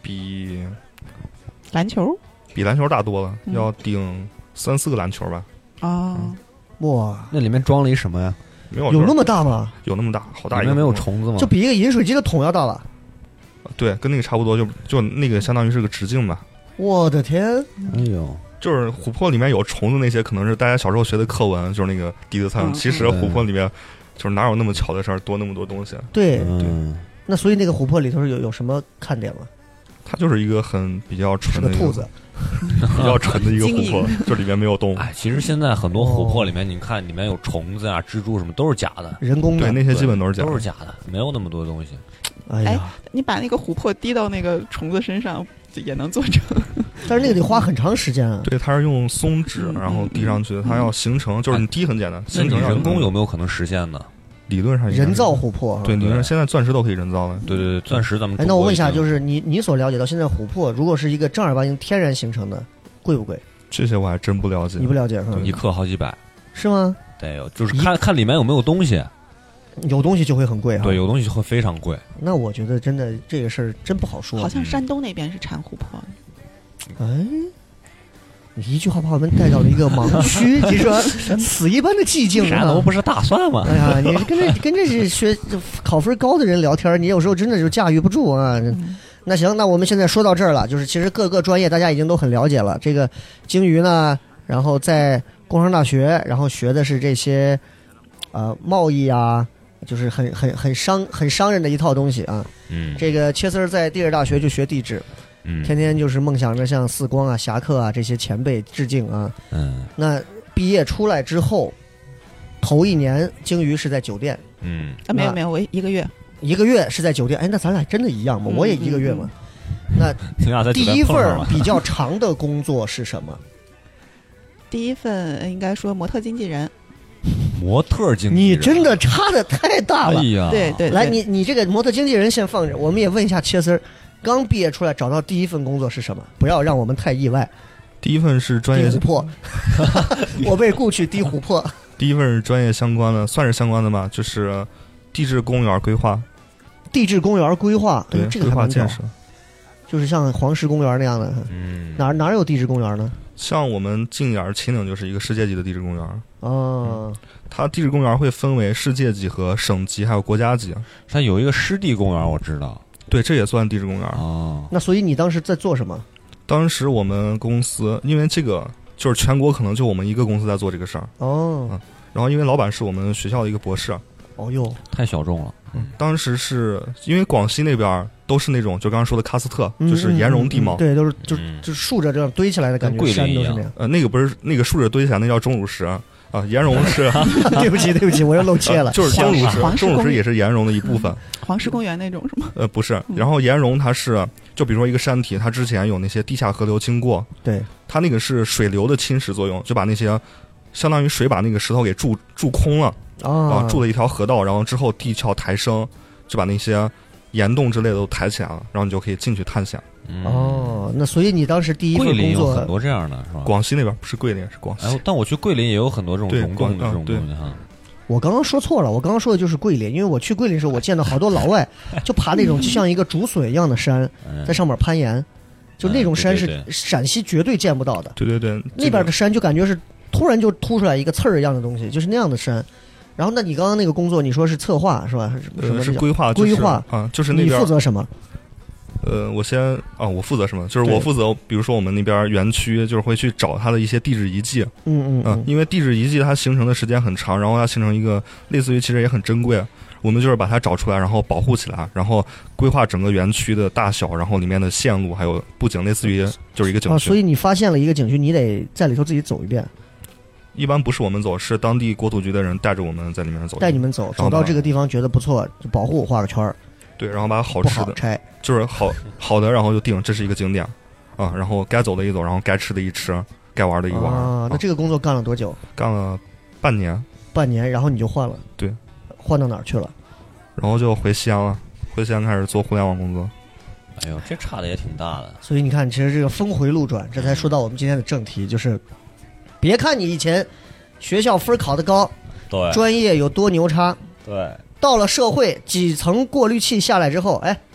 比篮球比篮球大多了， 嗯、 要顶三四个篮球吧。 哦， 嗯、 哇， 那里面装了一什么呀？ 没有， 有那么大吗？ 有那么大，好大一个。 里面没有虫子吗？ 就比一个饮水机的桶要大吧？ 对，跟那个差不多，就就那个相当于是个直径吧。 我的天！ 哎呦， 就是琥珀里面有虫子那些，可能是大家小时候学的课文，就是那个第一层。嗯、其实琥珀里面就是哪有那么巧的事儿，多那么多东西。 对、 嗯、 对。那所以那个琥珀里头有有什么看点吗？ 它就是一个很比较纯的一个兔子， 比较纯的一个琥珀，就里面没有动物。 哎，其实现在很多琥珀里面，你看里面有虫子啊、蜘蛛什么都是假的， 人工的。 对，那些基本都是假的， 都是假的，没有那么多东西。 哎呀， 你把那个琥珀滴到那个虫子身上也能做成， 但是那个得花很长时间啊。 对，它是用松脂然后滴上去的，它要形成，就是你滴很简单，形成人工有没有可能实现呢？ 理论上人造琥珀， 对，理论上现在钻石都可以人造的。 对对对，钻石咱们。 哎，那我问一下，就是你你所了解到现在琥珀，如果是一个正儿八经天然形成的，贵不贵？ 这些我还真不了解。 你不了解是吧？ 一克好几百， 是吗？ 对，就是看看里面有没有东西， 有东西就会很贵哈。 对，有东西就会非常贵。 那我觉得真的这个事儿真不好说。 好像山东那边是产琥珀的。哎。你一句话把我们带到了一个盲区，你说死一般的寂静。 山东不是大蒜吗？ 哎呀，你跟这跟这是学考分高的人聊天，你有时候真的就驾驭不住啊。嗯、那行，那我们现在说到这儿了，就是其实各个专业大家已经都很了解了。这个鲸鱼呢，然后在工商大学，然后学的是这些呃贸易啊，就是很很很商很商人的一套东西啊。 嗯， 这个切丝儿在第二大学就学地质。 嗯， 天天就是梦想着向四光啊、侠客啊这些前辈致敬啊。 嗯， 那毕业出来之后，头一年鲸鱼是在酒店。 嗯， 啊，没有没有，我一个月， 一个月是在酒店。哎，那咱俩真的一样吗？嗯、我也一个月嘛。嗯、那第一份比较长的工作是什么？ 第一份应该说模特经纪人。 模特经纪人， 你真的差的太大了。 哎呀， 对 对, 对， 来，你你这个模特经纪人先放着，我们也问一下切丝儿。刚毕业出来找到第一份工作是什么？不要让我们太意外。 第一份是专业琥珀，我被雇去滴琥珀。 第一份是专业相关的，算是相关的吧，就是地质公园规划。 地质公园规划， 对， 哎、这个规划建设， 就是像黄石公园那样的。 嗯， 哪哪有地质公园呢？ 像我们靖远秦岭就是一个世界级的地质公园。 哦、嗯， 它地质公园会分为世界级和省级还有国家级。 它有一个湿地公园，我知道。 对，这也算地质公园哦。 那所以你当时在做什么？ 当时我们公司，因为这个就是全国可能就我们一个公司在做这个事儿。 哦。 嗯。然后因为老板是我们学校的一个博士。 哦哟， 太小众了。 嗯。当时是因为广西那边都是那种就刚刚说的喀斯特，嗯、就是岩溶地貌、 嗯嗯。对，都是就就竖着这样堆起来的感觉，山都是那样。 呃，那个不是那个竖着堆起来，那叫钟乳石。啊，岩溶是， 对不起对不起，我又漏切了。 呃、就是钟乳石，钟乳石也是岩溶的一部分。 黄石公园那种是吗？ 呃，不是。然后岩溶它是，就比如说一个山体，它之前有那些地下河流经过， 对， 它那个是水流的侵蚀作用，就把那些相当于水把那个石头给注注空了， 啊， 注了一条河道，然后之后地壳抬升，就把那些岩洞之类的都抬起来了，然后你就可以进去探险。 嗯、 哦，那所以你当时第一份工作， 桂林有很多这样的，是吧？ 广西那边不是桂林，是广西。 哎，但我去桂林也有很多这种溶洞的这种东西哈。 我刚刚说错了，我刚刚说的就是桂林，因为我去桂林的时候，我见到好多老外就爬那种就像一个竹笋一样的山，在上面攀岩，就那种山是陕西绝对见不到的。 对对对， 那边的山就感觉是突然就凸出来一个刺儿一样的东西，就是那样的山。然后，那你刚刚那个工作，你说是策划是吧？ 什么是规划？ 规划啊，就是那边你负责什么？ 呃，我先啊，我负责什么？就是我负责，比如说我们那边园区，就是会去找它的一些地质遗迹。 嗯嗯嗯、 啊，因为地质遗迹它形成的时间很长，然后它形成一个类似于其实也很珍贵。我们就是把它找出来，然后保护起来，然后规划整个园区的大小，然后里面的线路还有布景，类似于就是一个景区。 啊，所以你发现了一个景区，你得在里头自己走一遍。 一般不是我们走，是当地国土局的人带着我们在里面走。 带你们走，走到这个地方觉得不错，就保护画个圈儿。 对，然后把好吃的不好拆， 就是好好的，然后就定这是一个景点啊，然后该走的一走，然后该吃的一吃，该玩的一玩。 啊，那这个工作干了多久？ 干了半年。 半年，然后你就换了。 对， 换到哪儿去了？ 然后就回西安了，回西安开始做互联网工作。 哎呦，这差的也挺大的。 所以你看，其实这个峰回路转，这才说到我们今天的正题，就是别看你以前学校分考得高， 对， 专业有多牛叉， 对。 到了社会几层过滤器下来之后，哎，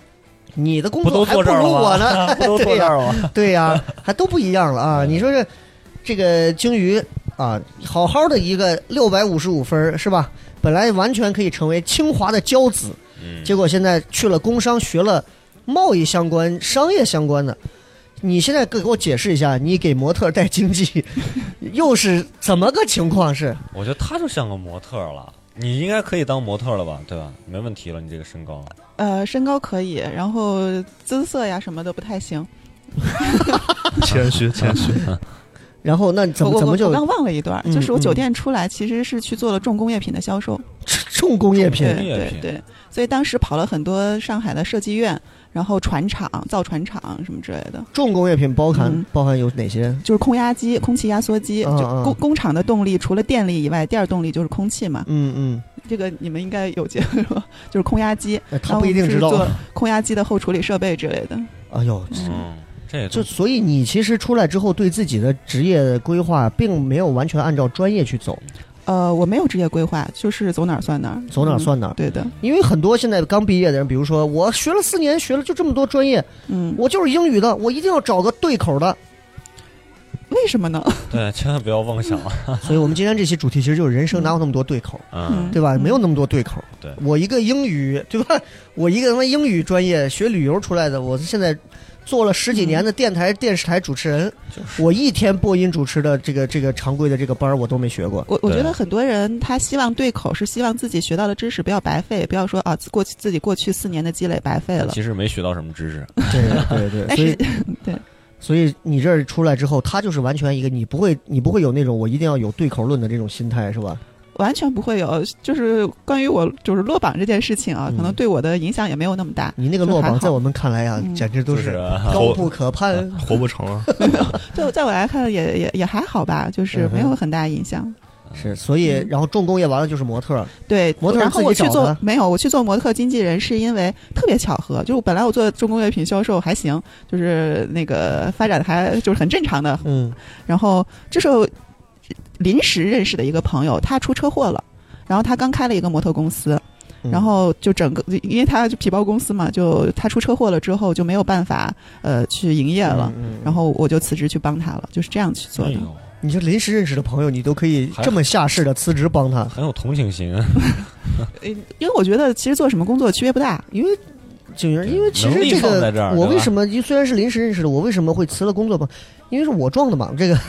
你的工不都作还不如坐这儿了我呢， 不都坐这儿了吗？ 对呀、啊，还都不一样了啊！你说这这个鲸鱼啊，好好的一个六百五十五分是吧？本来完全可以成为清华的骄子， 嗯， 结果现在去了工商，学了贸易相关、商业相关的。你现在给我解释一下，你给模特带经济，又是怎么个情况？是？ 我觉得他就像个模特了。你应该可以当模特了吧，对吧？没问题了，你这个身高。 呃，身高可以，然后姿色呀什么的不太行。 谦虚谦虚。 然后那怎么怎么就我我刚忘了一段， 嗯、 就是我酒店出来其实是去做了重工业品的销售。 重工业品， 对对对，所以当时跑了很多上海的设计院，然后船厂、造船厂什么之类的。 重工业品包含、嗯、包含有哪些？ 就是空压机、空气压缩机。 嗯、 就工工厂的动力除了电力以外，第二动力就是空气嘛。 嗯嗯， 这个你们应该有接触过，就是空压机。 他不一定知道。 做空压机的后处理设备之类的。 哎呦， 嗯。这就所以你其实出来之后，对自己的职业规划并没有完全按照专业去走。 呃，我没有职业规划，就是走哪儿算哪儿， 走哪儿算哪儿、 嗯。对的， 因为很多现在刚毕业的人，比如说我学了四年，学了就这么多专业， 嗯， 我就是英语的，我一定要找个对口的。 为什么呢？ 对，千万不要妄想啊！ 所以我们今天这期主题其实就是人生哪有那么多对口， 嗯， 对吧？没有那么多对口。 对， 我一个英语，对吧？我一个他妈英语专业学旅游出来的，我现在。做了十几年的电台、嗯、电视台主持人、就是，我一天播音主持的这个这个常规的这个班我都没学过。 我我觉得很多人他希望对口，是希望自己学到的知识不要白费，不要说啊过去自己过去四年的积累白费了。 其实没学到什么知识。 对对对，所以对， 所以你这儿出来之后，他就是完全一个你不会你不会有那种我一定要有对口论的这种心态，是吧？ 完全不会有，就是关于我就是落榜这件事情啊、嗯，可能对我的影响也没有那么大。 你那个落榜在我们看来啊，嗯、简直都是高不可攀， 就是、活不成了。 就在我来看也也也还好吧，就是没有很大影响。 嗯、是，所以然后重工业完了就是模特， 对， 模特然后我去做没有，我去做模特经纪人是因为特别巧合，就是本来我做重工业品销售还行，就是那个发展还就是很正常的， 嗯， 然后这时候。临时认识的一个朋友，他出车祸了，然后他刚开了一个模特公司， 嗯、 然后就整个，因为他就皮包公司嘛，就他出车祸了之后就没有办法呃去营业了、 嗯嗯， 然后我就辞职去帮他了，就是这样去做的。哎、 你这临时认识的朋友，你都可以这么下士的辞职帮他， 很有同情心。 因为我觉得其实做什么工作区别不大， 因为。景云，因为其实这个这我为什么虽然是临时认识的，我为什么会辞了工作吧？因为是我撞的嘛，这个。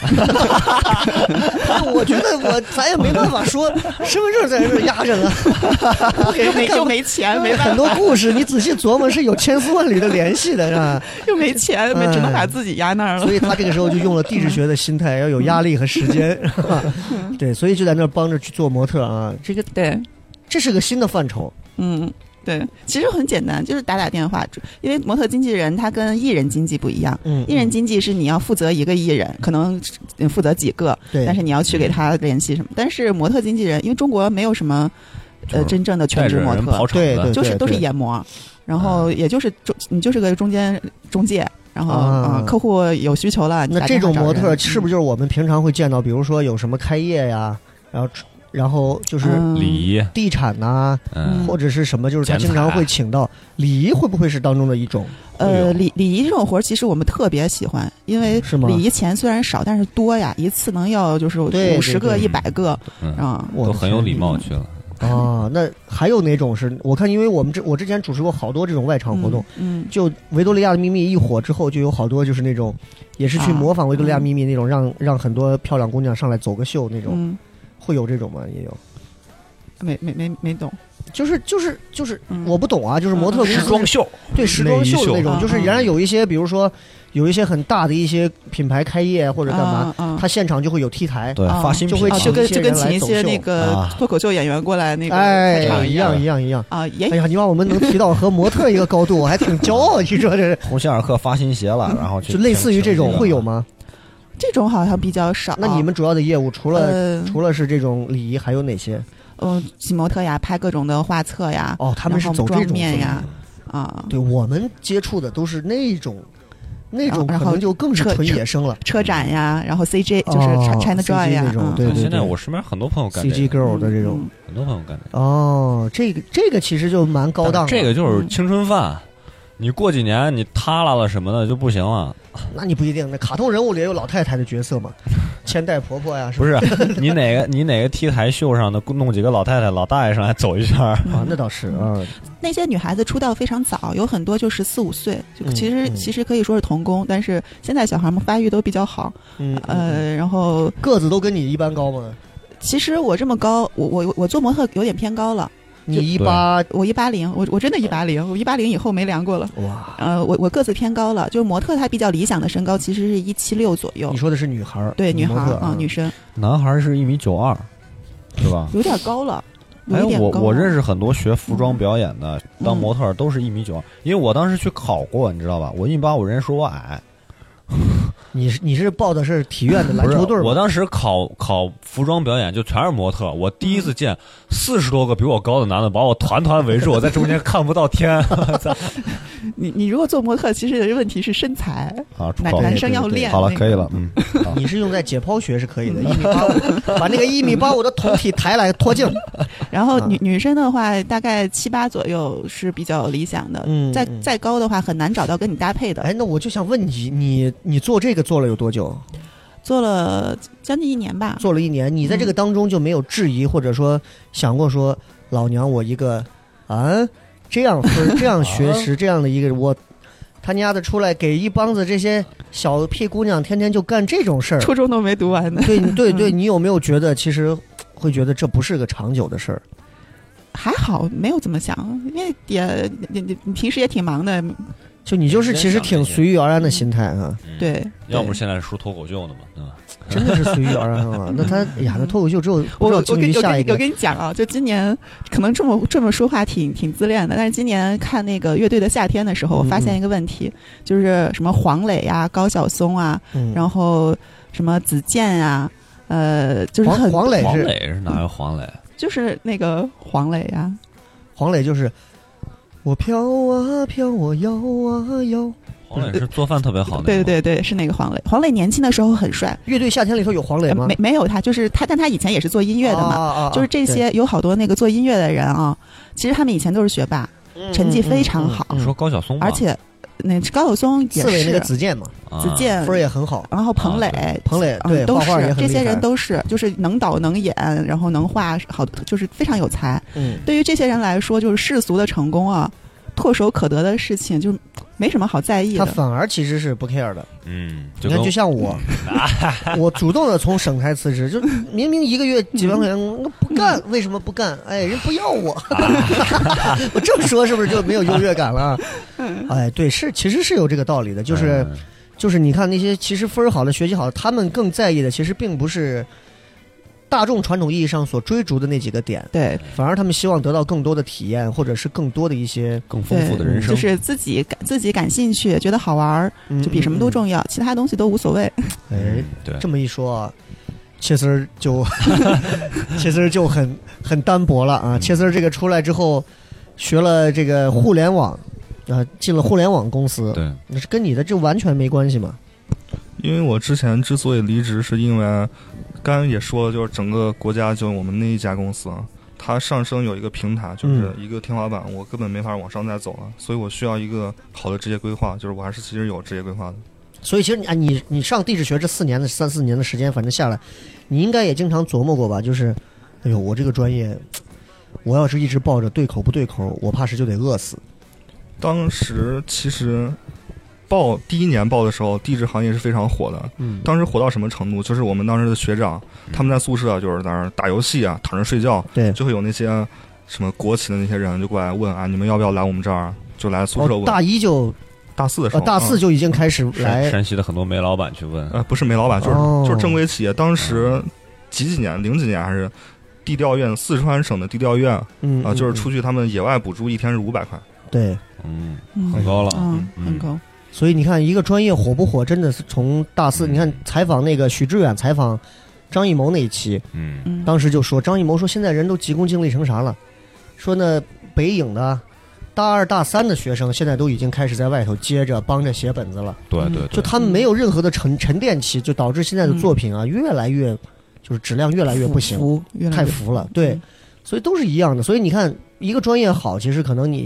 我觉得我咱也没办法说身份证在这压着呢， 没又没钱，没很多故事，你仔细琢磨是有千丝万缕的联系的，是吧？ 又没钱，没只能把自己压那儿了。 所以他这个时候就用了地质学的心态，要有压力和时间，是吧？对，所以就在那儿帮着去做模特啊，这个对， 这是个新的范畴， 嗯。对，其实很简单，就是打打电话。因为模特经纪人他跟艺人经纪不一样， 嗯， 艺人经纪是你要负责一个艺人，可能负责几个， 对， 但是你要去给他联系什么。但是模特经纪人，因为中国没有什么呃真正的全职模特， 对对， 就是都是研模，然后也就是中你就是个中间中介。然后啊、呃，客户有需求了， 那这种模特是不是就是我们平常会见到？比如说有什么开业呀，然后。然后就是礼仪、 地产呐、啊嗯， 或者是什么，就是他经常会请到礼仪，会不会是当中的一种？ 呃，礼礼仪这种活其实我们特别喜欢，因为礼仪钱虽然少，但是多呀，一次能要就是五十个、一百个啊， 都很有礼貌去了。 啊，那还有哪种是？我看，因为我们这我之前主持过好多这种外场活动， 嗯，嗯就维多利亚的秘密一火之后，就有好多就是那种，也是去模仿维多利亚秘密那种，啊、让让很多漂亮姑娘上来走个秀那种。 嗯会有这种吗？也有， 没没没没懂， 就是就是就是、嗯、我不懂啊，就是模特时装秀， 对时装秀的那种，就是原来有一些，比如说有一些很大的一些品牌开业或者干嘛， 啊啊、 他现场就会有 T 台， 对，发新就会就跟就跟请一些那啊个脱口秀演员过来那个哎场一样一样一样啊，也哎呀，你把我们能提到和模特一个高度，我还挺骄傲。你说这鸿星尔克发新鞋了，然后就类似于这种会有吗？ 这种好像比较少。 那你们主要的业务除了、呃、除了是这种礼仪，还有哪些？ 嗯，请模特呀，拍各种的画册呀。 哦，他们是走这种面呀。啊， 对，我们接触的都是那种，那种可能就更是纯野生了。 车, 车展呀，然后 C J 就是 China Joy 呀、 哦、那种、嗯。对对对。 现在我身边很多朋友干这个 C G girl 的这种、 嗯， 很多朋友干这个。 哦，这个这个其实就蛮高档的。 这个就是青春饭。 你过几年你塌了了什么的就不行了。 那你不一定，那卡通人物里也有老太太的角色嘛，千代婆婆呀，是不是？你哪个你哪个 T 台秀上的弄几个老太太老大爷上来走一圈啊？那倒是啊。 那些女孩子出道非常早，有很多就十四五岁，就其实、嗯嗯、其实可以说是童工，但是现在小孩们发育都比较好， 嗯呃，然后个子都跟你一般高吗？ 其实我这么高，我我我做模特有点偏高了。 你一八， 我一八零，我我真的一八零，我一八零以后没量过了。 哇， 呃，我我个子偏高了，就是模特她比较理想的身高其实是一七六左右。 你说的是女孩？ 对，女孩啊、 嗯， 女生。 男孩是一米九二，是吧？ 有点高了。 哎，我我认识很多学服装表演的， 嗯、 当模特都是一米九二，因为我当时去考过，你知道吧？我一米八五，人家说我矮。 你是你是报的是体院的篮球队？ 我当时考考服装表演就全是模特，我第一次见四十多个比我高的男的把我团团围住，我在中间看不到天。 你你如果做模特，其实问题是身材啊， 男男生要练。 好了，可以了，嗯。 你是用在解剖学是可以的，一米八五，把那个一米八五的酮体抬来脱镜。 然后女女生的话，大概七八左右是比较理想的， 嗯， 再再高的话很难找到跟你搭配的。 哎，那我就想问你，你你做这个做了有多久？ 做了将近一年吧。 做了一年，你在这个当中就没有质疑，或者说想过说，老娘我一个啊这样分这样学识这样的一个我。他家的出来给一帮子这些小屁姑娘天天就干这种事儿， 初中都没读完呢。 对对对，你有没有觉得其实会觉得这不是个长久的事儿？ 还好，没有这么想，因为也你你你平时也挺忙的， 就你就是其实挺随遇而安的心态啊。 嗯、对， 要不现在是说脱口秀呢嘛，对吧？ 真的是随遇而安啊！那他哎呀，那脱口秀之后， 我我跟我下一个我跟你讲啊，就今年可能这么这么说话挺挺自恋的，但是今年看那个乐队的夏天的时候，我发现一个问题，嗯、就是什么黄磊呀、高晓松啊， 嗯、 然后什么子健啊，呃，就是很黄磊是黄磊是哪个黄磊？ 就是那个黄磊呀， 黄磊就是我飘啊飘，我摇啊摇。 黄磊是做饭特别好的， 对对对，是那个黄磊。黄磊年轻的时候很帅。 乐队夏天里头有黄磊吗？ 没没有他，就是他，但他以前也是做音乐的嘛。 啊啊啊就是这些有好多那个做音乐的人啊，其实他们以前都是学霸， 嗯、 成绩非常好。 你、嗯嗯、说高晓松吧， 而且那高晓松也是刺猬那个子健嘛， 子健分也很好。 然后彭磊， 啊、彭磊对、 嗯、都是画画也很这些人都是就是能导能演，然后能画，好就是非常有才。 嗯， 对于这些人来说，就是世俗的成功啊。唾手可得的事情就没什么好在意的， 他反而其实是不 care 的。 嗯， 你看，就像我，我主动的从省台辞职，就明明一个月几万块钱，我不干，为什么不干？哎，人不要我，我这么说是不是就没有优越感了？哎，对，是，其实是有这个道理的，就是就是你看那些其实分好的、学习好的，他们更在意的其实并不是。大众传统意义上所追逐的那几个点， 对， 反而他们希望得到更多的体验，或者是更多的一些更丰富的人生， 就是自己感自己感兴趣，觉得好玩，就比什么都重要，嗯、其他东西都无所谓。 哎， 对， 这么一说啊，切丝儿就切丝儿就很很单薄了啊。切丝儿这个出来之后，学了这个互联网啊，进了互联网公司， 对， 那是跟你的这完全没关系嘛。 因为我之前之所以离职，是因为刚刚也说了，就是整个国家就我们那一家公司啊，它上升有一个平台，就是一个天花板，嗯、我根本没法往上再走了，所以我需要一个好的职业规划，就是我还是其实有职业规划的。 所以其实你啊，你你上地质学这四年的三四年的时间，反正下来，你应该也经常琢磨过吧？就是，哎呦，我这个专业，我要是一直抱着对口不对口，我怕是就得饿死。 当时其实。报第一年报的时候，地质行业是非常火的。嗯，当时火到什么程度？就是我们当时的学长，他们在宿舍就是在那儿打游戏啊，躺着睡觉。 对， 就会有那些什么国企的那些人就过来问啊，你们要不要来我们这儿？就来宿舍问。 哦、大一就大四的时候， 呃、大四就已经开始来、 嗯、山西的很多煤老板去问。 呃，不是煤老板，就是、 哦、 就是正规企业。当时几几年，零几年还是地调院，四川省的地调院， 嗯啊、呃，就是出去他们野外补助，一天是五百块。 对， 嗯，很高了， 嗯，很高。 所以你看，一个专业火不火，真的是从大四。你看采访那个许知远采访张艺谋那一期， 嗯， 当时就说张艺谋说现在人都急功近利成啥了，说呢北影的大二大三的学生现在都已经开始在外头接着帮着写本子了。 对对， 就他们没有任何的沉沉淀期，就导致现在的作品啊、嗯、越来越就是质量越来越不行， 浮越来越太浮了。对，所以都是一样的。所以你看，一个专业好，其实可能你。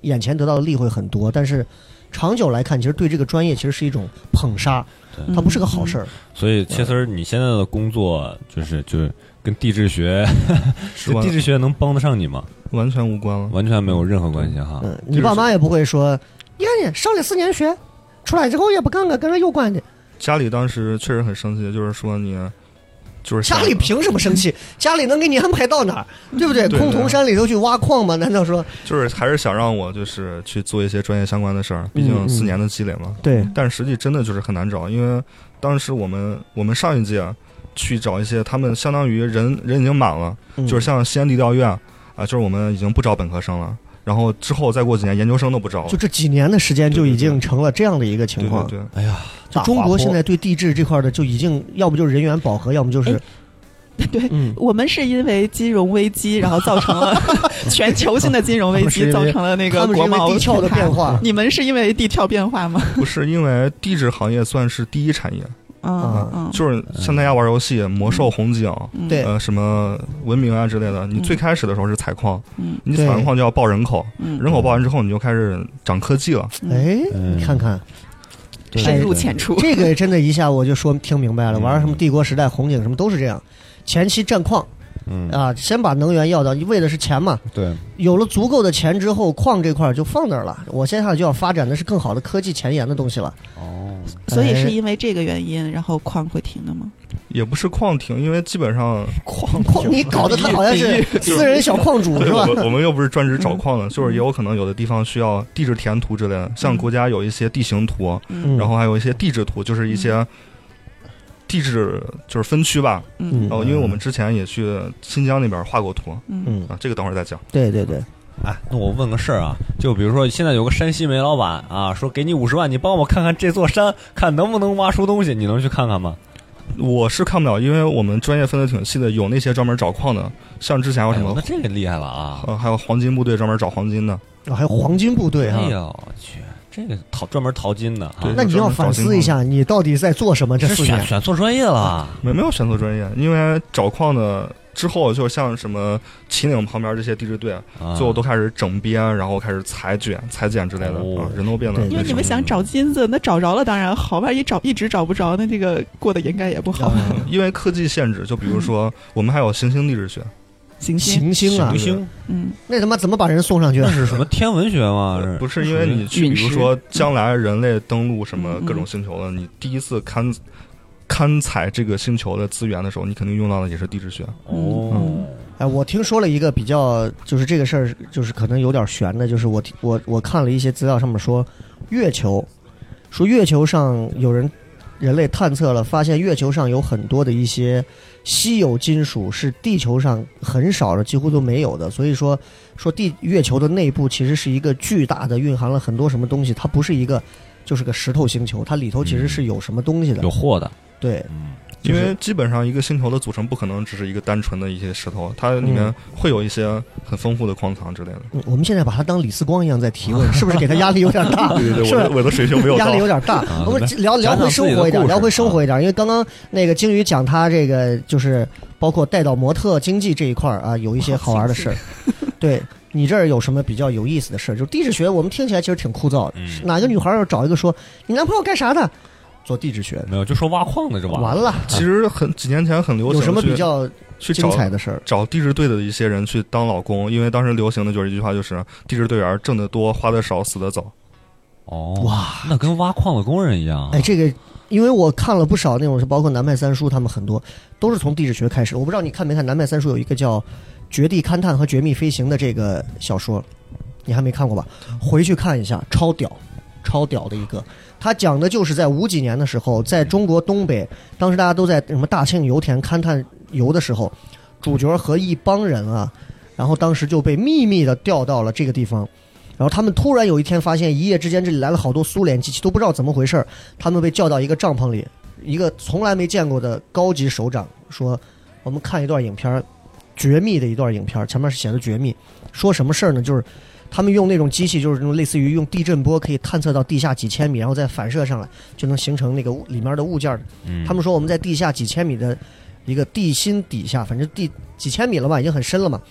眼前得到的利会很多，但是长久来看，其实对这个专业其实是一种捧杀，它不是个好事儿。 所以切丝儿，你现在的工作就是就是跟地质学，这地质学能帮得上你吗？ 完全无关了， 完全没有任何关系哈。 嗯，你爸妈也不会说，你看你上了四年学，出来之后也不干个跟这有关的。 家里当时确实很生气，就是说你。就是家里凭什么生气？家里能给你安排到哪儿，对不对？ 对崆峒山里头去挖矿吗？难道说就是还是想让我就是去做一些专业相关的事儿？毕竟四年的积累嘛。 嗯、对， 但实际真的就是很难找，因为当时我们我们上一届去找一些，他们相当于人人已经满了， 嗯、 就是像西安地调院啊，就是我们已经不招本科生了。然后之后再过几年，研究生都不招了。 就这几年的时间，就已经成了这样的一个情况。 对对对，哎呀， 就中国现在对地质这块的就已经，要不就是人员饱和，要么就是。 对、嗯，我们是因为金融危机，然后造成了全球性的金融危机，造成了那个国贸地壳的变化。 你们是因为地壳变化吗？ 不是，因为地质行业算是第一产业。 嗯嗯， 就是像大家玩游戏，魔兽、红警， 对、 嗯，呃，什么文明啊之类的。你最开始的时候是采矿， 嗯， 你采完矿就要报人口， 嗯， 人口报完之后，你就开始长科技了。 哎，你看看。 深入浅出， 这个真的一下我就说听明白了。玩什么帝国时代、红警什么都是这样，前期占矿， 嗯啊，先把能源要到，为的是钱嘛。 对， 有了足够的钱之后，矿这块就放那儿了。我现在就要发展的是更好的科技前沿的东西了。 哦， 所以是因为这个原因，然后矿会停的吗？ 也不是矿停，因为基本上矿矿你搞得他好像是私人小矿主是吧？ 我们又不是专职找矿的，就是也有可能有的地方需要地质填图之类的，像国家有一些地形图， 嗯、 然后还有一些地质图，就是一些地质就是分区吧。 嗯， 然后因为我们之前也去新疆那边画过图， 嗯啊，这个等会儿再讲。 对对对。 哎，那我问个事儿啊，就比如说现在有个山西煤老板啊，说给你五十万，你帮我看看这座山，看能不能挖出东西，你能去看看吗？ 我是看不了，因为我们专业分的挺细的，有那些专门找矿的，像之前有什么， 哎、那这个厉害了啊！ 呃，还有黄金部队专门找黄金的， 啊，还有黄金部队啊！ 哎呦我去，这个淘专门淘金的啊！ 那你要反思一下，你到底在做什么？这四年选选错专业了， 没没有选错专业，因为找矿的。之后就像什么秦岭旁边这些地质队， 啊、 最后都开始整编，然后开始裁卷、裁剪之类的， 哦啊、人都变得。 因为你们想找金子，那找着了当然好，万一找一直找不着，那这个过得应该也不好。 嗯、因为科技限制，就比如说、嗯、我们还有行星地质学， 行星星啊， 行星， 嗯， 那他妈怎么把人送上去？ 那是什么天文学吗？ 是不是因为你去，比如说将来人类登陆什么各种星球了，嗯、你第一次勘勘采这个星球的资源的时候，你肯定用到的也是地质学。 哦。 嗯哎，我听说了一个比较，就是这个事儿，就是可能有点悬的，就是我我我看了一些资料，上面说月球，说月球上有人人类探测了，发现月球上有很多的一些稀有金属是地球上很少的，几乎都没有的。所以说说地月球的内部其实是一个巨大的，蕴含了很多什么东西，它不是一个就是个石头星球，它里头其实是有什么东西的， 嗯、有货的。 对。 嗯， 因为基本上一个星球的组成不可能只是一个单纯的一些石头，它里面会有一些很丰富的矿藏之类的。 嗯、我们现在把它当李四光一样在提问，是不是给他压力有点大？ 对对对， 是我的水平没有压力有点大。 啊、 我们聊聊回生活一点，聊回生活一点，因为刚刚那个鲸鱼讲他这个就是包括带到模特经济这一块啊，有一些好玩的事儿。对。你这儿有什么比较有意思的事儿？就地质学，我们听起来其实挺枯燥的。 嗯、 哪个女孩要找一个说你男朋友干啥的？做地质学的。 没有，就说挖矿的就完完了。 其实很几年前很流行， 有什么比较精彩的事儿？ 找地质队的一些人去当老公，因为当时流行的就是一句话，就是地质队员挣得多，花得少，死得早。 哦，哇，那跟挖矿的工人一样。 哎，这个因为我看了不少那种，包括南派三叔他们很多都是从地质学开始。我不知道你看没看南派三叔有一个叫《绝地勘探和绝密飞行》的这个小说，你还没看过吧？回去看一下，超屌，超屌的一个。他讲的就是在五几年的时候，在中国东北，当时大家都在什么大庆油田勘探油的时候，主角和一帮人啊，然后当时就被秘密的调到了这个地方。然后他们突然有一天发现，一夜之间这里来了好多苏联机器，都不知道怎么回事。他们被叫到一个帐篷里，一个从来没见过的高级首长说：“我们看一段影片，绝密的一段影片，前面是写的绝密，说什么事儿呢？就是他们用那种机器，就是那种类似于用地震波可以探测到地下几千米，然后再反射上来，就能形成那个里面的物件。 嗯、 他们说我们在地下几千米的一个地心底下，反正地几千米了吧，已经很深了嘛。”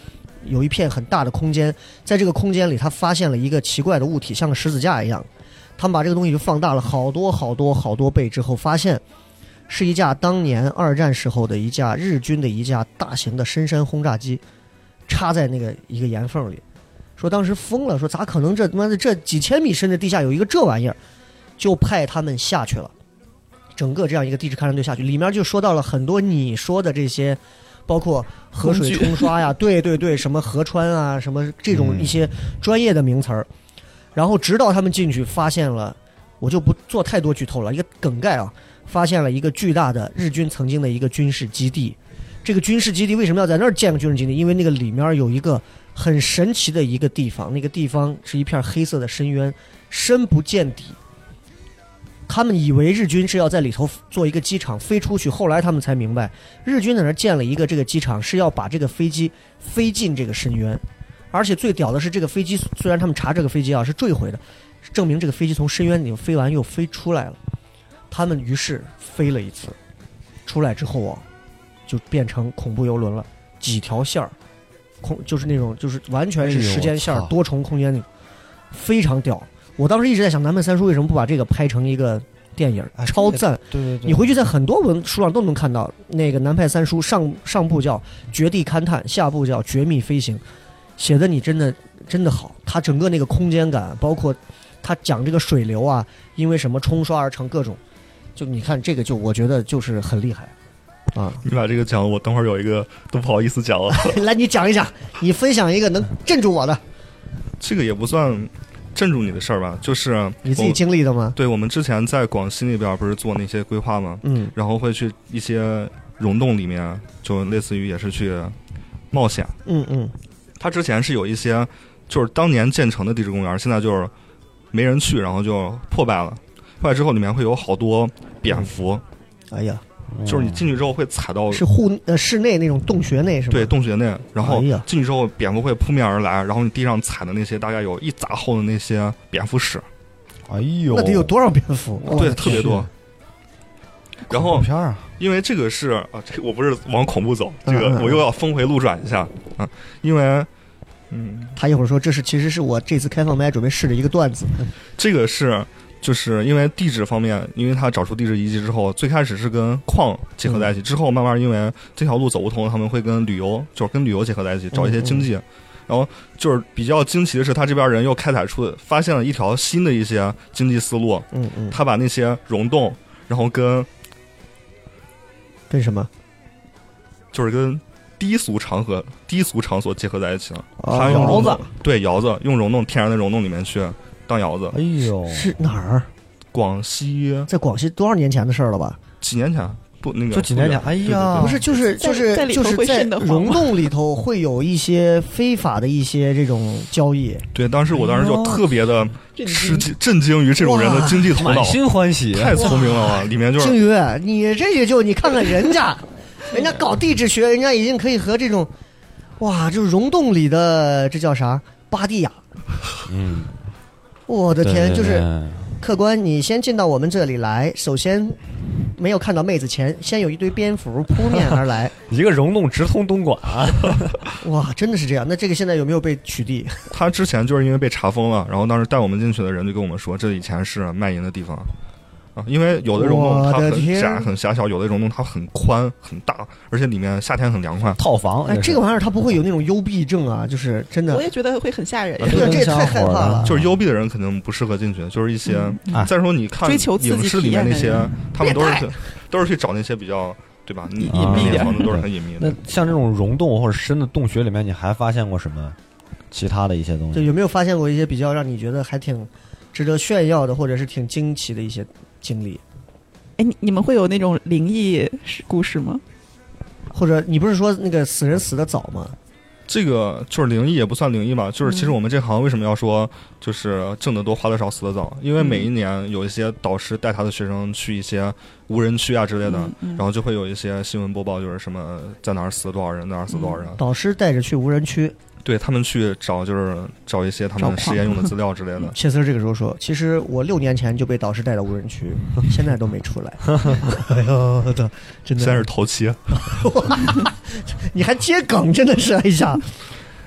有一片很大的空间，在这个空间里他发现了一个奇怪的物体，像个十字架一样。他们把这个东西就放大了好多好多好多倍之后，发现是一架当年二战时候的一架日军的一架大型的深山轰炸机，插在那个一个岩缝里。说当时疯了，说咋可能这他妈的这几千米深的地下有一个这玩意儿，就派他们下去了。整个这样一个地质勘探队下去，里面就说到了很多你说的这些，包括河水冲刷呀，对对对，什么河川啊，什么这种一些专业的名词儿。然后直到他们进去发现了，我就不做太多剧透了，一个梗概啊，发现了一个巨大的日军曾经的一个军事基地。这个军事基地为什么要在那儿建个军事基地？因为那个里面有一个很神奇的一个地方，那个地方是一片黑色的深渊，深不见底。他们以为日军是要在里头做一个机场飞出去，后来他们才明白，日军在那儿建了一个这个机场，是要把这个飞机飞进这个深渊。而且最屌的是，这个飞机虽然他们查这个飞机啊是坠毁的，证明这个飞机从深渊里飞完又飞出来了。他们于是飞了一次，出来之后啊，就变成恐怖游轮了，几条线儿，空就是那种就是完全是时间线、多重空间那种，非常屌。我当时一直在想，南派三叔为什么不把这个拍成一个电影，超赞。 对对对， 你回去在很多文书上都能看到，那个南派三叔上上部叫《绝地勘探》，下部叫《绝密飞行》，写的你真的真的好。他整个那个空间感，包括他讲这个水流啊，因为什么冲刷而成各种，就你看这个就我觉得就是很厉害啊。 你把这个讲了，我等会儿有一个都不好意思讲了。 来，你讲一讲，你分享一个能镇住我的。 这个也不算镇住你的事儿吧，就是你自己经历的吗？ 对，我们之前在广西那边不是做那些规划吗？ 嗯， 然后会去一些溶洞里面，就类似于也是去冒险。 嗯嗯， 它之前是有一些就是当年建成的地质公园，现在就是没人去，然后就破败了。破败之后，里面会有好多蝙蝠。 嗯、哎呀。 就是你进去之后会踩到， 是户呃室内那种洞穴内是吗？ 对，洞穴内，然后进去之后， 哎、 蝙蝠会扑面而来，然后你地上踩的那些大概有一砸厚的那些蝙蝠屎， 哎呦， 那得有多少蝙蝠？ 对，特别多。然后片啊， 因为这个是啊，这个我不是往恐怖走，这个我又要峰回路转一下啊，因为嗯， 他一会儿说这是其实是我这次开放麦准备试的一个段子， 这个是。就是因为地质方面，因为他找出地质遗迹之后，最开始是跟矿结合在一起，之后慢慢因为这条路走不通，他们会跟旅游，就是跟旅游结合在一起，找一些经济。然后就是比较惊奇的是，他这边人又开采出发现了一条新的一些经济思路。 嗯嗯， 他把那些溶洞，然后跟跟什么， 就是跟低俗场合、低俗场所结合在一起了。 哦、 他用窑子， 对窑子，用溶洞天然的溶洞里面去。当窑子， 哎呦， 是哪儿？ 广西， 在广西多少年前的事儿了吧？ 几年前，不，那个就几年前。哎呀， 不是，就是就是就是在溶洞里头会有一些非法的一些这种交易。 对，当时我当时就特别的吃惊，震惊于这种人的经济头脑， 满心欢喜， 太聪明了啊！里面就是鲸鱼，你这也就你看看人家，人家搞地质学，人家已经可以和这种，哇，就是溶洞里的这叫啥巴蒂亚， 嗯。 我的天，就是客官，你先进到我们这里来，首先没有看到妹子前，先有一堆蝙蝠扑面而来， 一个溶洞直通东莞啊！ 哇，真的是这样？那这个现在有没有被取缔？ 他之前就是因为被查封了，然后当时带我们进去的人就跟我们说，这以前是卖淫的地方。啊，因为有的溶洞它很窄很狭小，有的溶洞它很宽很大，而且里面夏天很凉快。 套房， 哎，这个玩意儿它不会有那种幽闭症啊？就是真的， 我也觉得会很吓人。 对，这也太害怕了。 就是幽闭的人肯定不适合进去，就是一些。嗯、再说你看影视里面那些，他们都是都是去找那些比较对吧？隐秘的房子都是很隐秘的。 那像这种溶洞或者深的洞穴里面，你还发现过什么其他的一些东西？ 对，有没有发现过一些比较让你觉得还挺值得炫耀的，或者是挺惊奇的一些经历？ 哎，你你们会有那种灵异故事吗？ 或者你不是说那个死人死得早吗？ 这个就是灵异也不算灵异吧，就是其实我们这行为什么要说就是挣得多花得少死得早，因为每一年有一些导师带他的学生去一些无人区啊之类的， 嗯嗯、 然后就会有一些新闻播报，就是什么在哪儿死了多少人，在哪儿死了多少人。 导师带着去无人区。 对他们去找，就是找一些他们实验用的资料之类的。 切斯这个时候说：“其实我六年前就被导师带到无人区，现在都没出来。”哎呦，真的， 现在是头七， 你还接梗，真的是哎呀！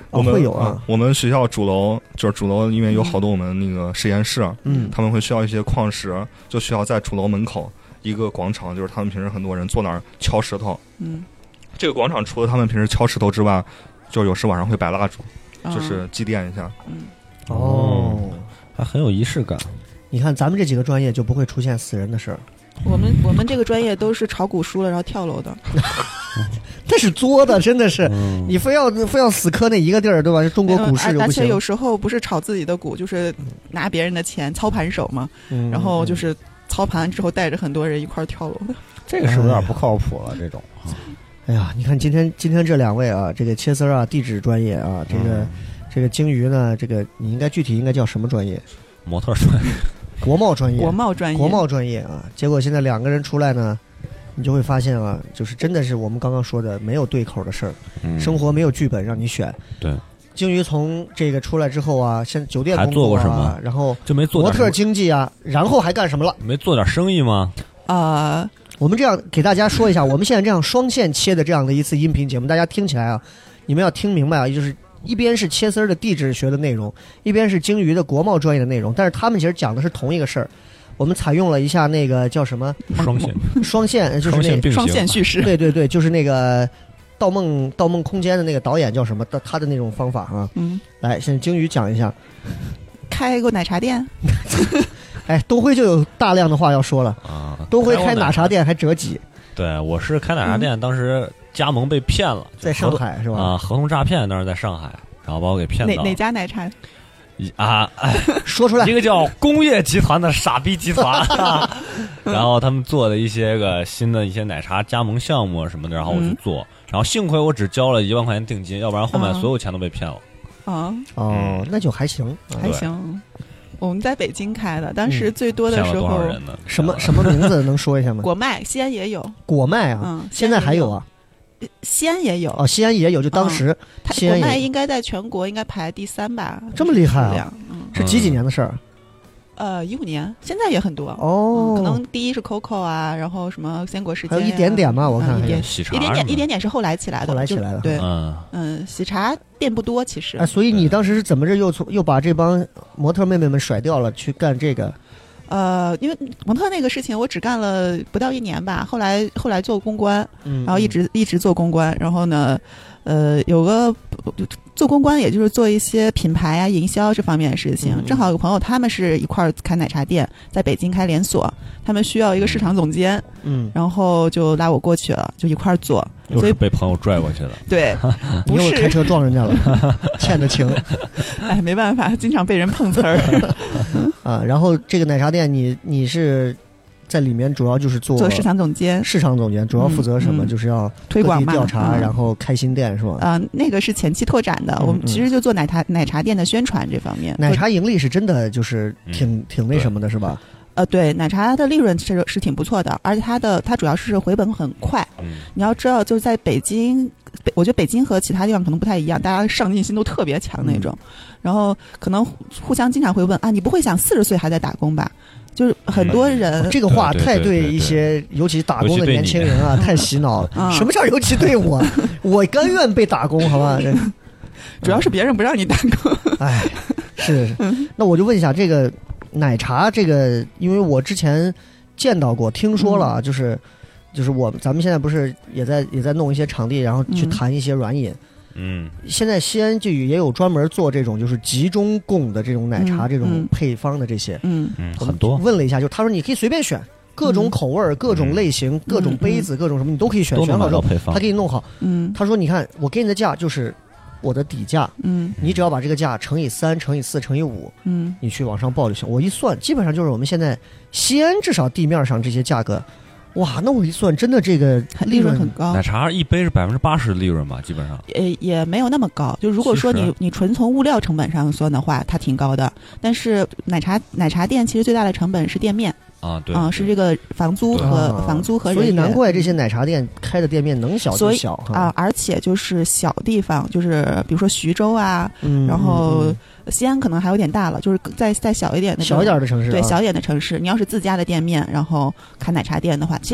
我们会有啊。 我们学校主楼就是主楼，因为有好多我们那个实验室， 嗯， 他们会需要一些矿石，就需要在主楼门口一个广场，就是他们平时很多人坐那儿敲石头。 嗯， 这个广场除了他们平时敲石头之外，就有时晚上会摆蜡烛，就是祭奠一下。 嗯， 哦， 还很有仪式感。 你看咱们这几个专业就不会出现死人的事儿。 我们我们这个专业都是炒股输了然后跳楼的。 这是作的，真的是，嗯、你非要非要死磕那一个地儿，对吧？中国股市就不行。 而且有时候不是炒自己的股，就是拿别人的钱操盘手嘛，嗯、然后就是操盘之后带着很多人一块儿跳楼的。 这个是不是有点不靠谱了？这种。 哎呀，你看今天今天这两位啊，这个切丝啊，地质专业啊，这个、嗯、这个鲸鱼呢，这个你应该具体应该叫什么专业？ 模特专业。 国贸专业， 国贸专业， 国贸专业啊！结果现在两个人出来呢，你就会发现啊，就是真的是我们刚刚说的没有对口的事儿，嗯、生活没有剧本让你选。 对， 鲸鱼从这个出来之后啊，现在酒店工作、啊、 还做过什么？ 然后就没做模特经济啊，然后还干什么了？ 没做点生意吗？ 啊、呃， 我们这样给大家说一下，我们现在这样双线切的这样的一次音频节目，大家听起来啊，你们要听明白啊，就是。一边是切丝的地质学的内容，一边是鲸鱼的国贸专业的内容，但是他们其实讲的是同一个事儿。我们采用了一下那个叫什么双线， 双线就是那个双线叙事， 对对对，就是那个《盗梦盗梦空间》的那个导演叫什么？他的那种方法啊。嗯，来，现在鲸鱼讲一下， 开个奶茶店。 哎，东辉就有大量的话要说了啊！东辉开奶茶店还折几？ 对，我是开奶茶店，嗯、当时加盟被骗了， 在上海是吧？ 啊，合同诈骗，当时在上海，然后把我给骗到。 哪哪家奶茶？ 啊，哎， 说出来， 一个叫工业集团的傻逼集团，啊、然后他们做的一些个新的一些奶茶加盟项目什么的，然后我去做，嗯、然后幸亏我只交了一万块钱定金，要不然后面所有钱都被骗了。 啊， 哦，那就还行， 还行。我们在北京开的，当时最多的时候， 嗯、 什么什么名字能说一下吗？ 果麦，西安也有。 果麦啊， 嗯， 现在还有啊。 西安也有哦，西安也有，就当时、 嗯、 西安果麦应该在全国应该排第三吧？ 这么厉害啊！ 嗯、 是几几年的事儿？ 呃，一五年，现在也很多哦、 嗯。可能第一是 C O C O 啊，然后什么鲜果时间、 啊，还有一点点嘛，我看、 嗯、一点喜茶一点点一点点是后来起来的， 后来起来的。 对， 嗯嗯，喜茶店不多，其实。 哎，所以你当时是怎么着又从又把这帮模特妹妹们甩掉了，去干这个？ 呃，因为模特那个事情我只干了不到一年吧，后来后来做公关， 嗯， 然后一直一直做公关，然后呢，呃，有个做公关，也就是做一些品牌啊、营销这方面的事情。嗯、正好有个朋友，他们是一块儿开奶茶店，在北京开连锁，他们需要一个市场总监， 嗯， 然后就拉我过去了，就一块儿做。 又是被朋友拽过去的， 对， 不是开车撞人家了，欠的情。 哎，没办法，经常被人碰瓷儿啊。然后这个奶茶店你，你你是在里面主要就是做做市场总监， 市场总监主要负责什么？ 嗯、 就是要推广调查， 嗯、 然后开新店是吧？ 啊、呃，那个是前期拓展的， 嗯、 我们其实就做奶茶奶茶店的宣传这方面。 奶茶盈利是真的就是挺、嗯、挺那什么的，是吧？ 呃，对，奶茶的利润是是挺不错的，而且它的它主要是回本很快。 嗯， 你要知道，就是在北京，北我觉得北京和其他地方可能不太一样，大家上进心都特别强那种，嗯、然后可能互相经常会问啊，你不会想四十岁还在打工吧？就是很多人、 嗯、这个话太对一些尤其打工的年轻人啊，太洗脑了。 嗯、 什么叫尤其对我？我甘愿被打工，好吧？ 主要是别人不让你打工。 哎，是，那我就问一下这个。奶茶这个，因为我之前见到过、听说了，嗯、就是就是我咱们现在不是也在也在弄一些场地，然后去谈一些软饮。 嗯， 现在西安就也有专门做这种就是集中供的这种奶茶、 嗯、 这种配方的这些。 嗯嗯，很多。 问了一下，就他说你可以随便选各种口味、嗯、各种类型、嗯、各种杯子、嗯、各种什么你都可以选，选好之后他给你弄好。 嗯， 他说你看我给你的价就是我的底价， 嗯， 你只要把这个价乘以三、乘以四、乘以五， 嗯， 你去往上报就行。我一算，基本上就是我们现在西安至少地面上这些价格，哇，那我一算，真的这个利润很高。 奶茶一杯是百分之八十的利润吧，基本上。 也也没有那么高。就如果说你你纯从物料成本上算的话，它挺高的。但是奶茶奶茶店其实最大的成本是店面。 啊，对啊、呃，是这个房租和房租和人员， 所以难怪这些奶茶店开的店面能小就小啊、呃，而且就是小地方，就是比如说徐州啊， 嗯、 然后西安可能还有点大了，就是再再小一点的小一点的城市， 对， 啊、 小一点的城市，你要是自家的店面，然后开奶茶店的话，其实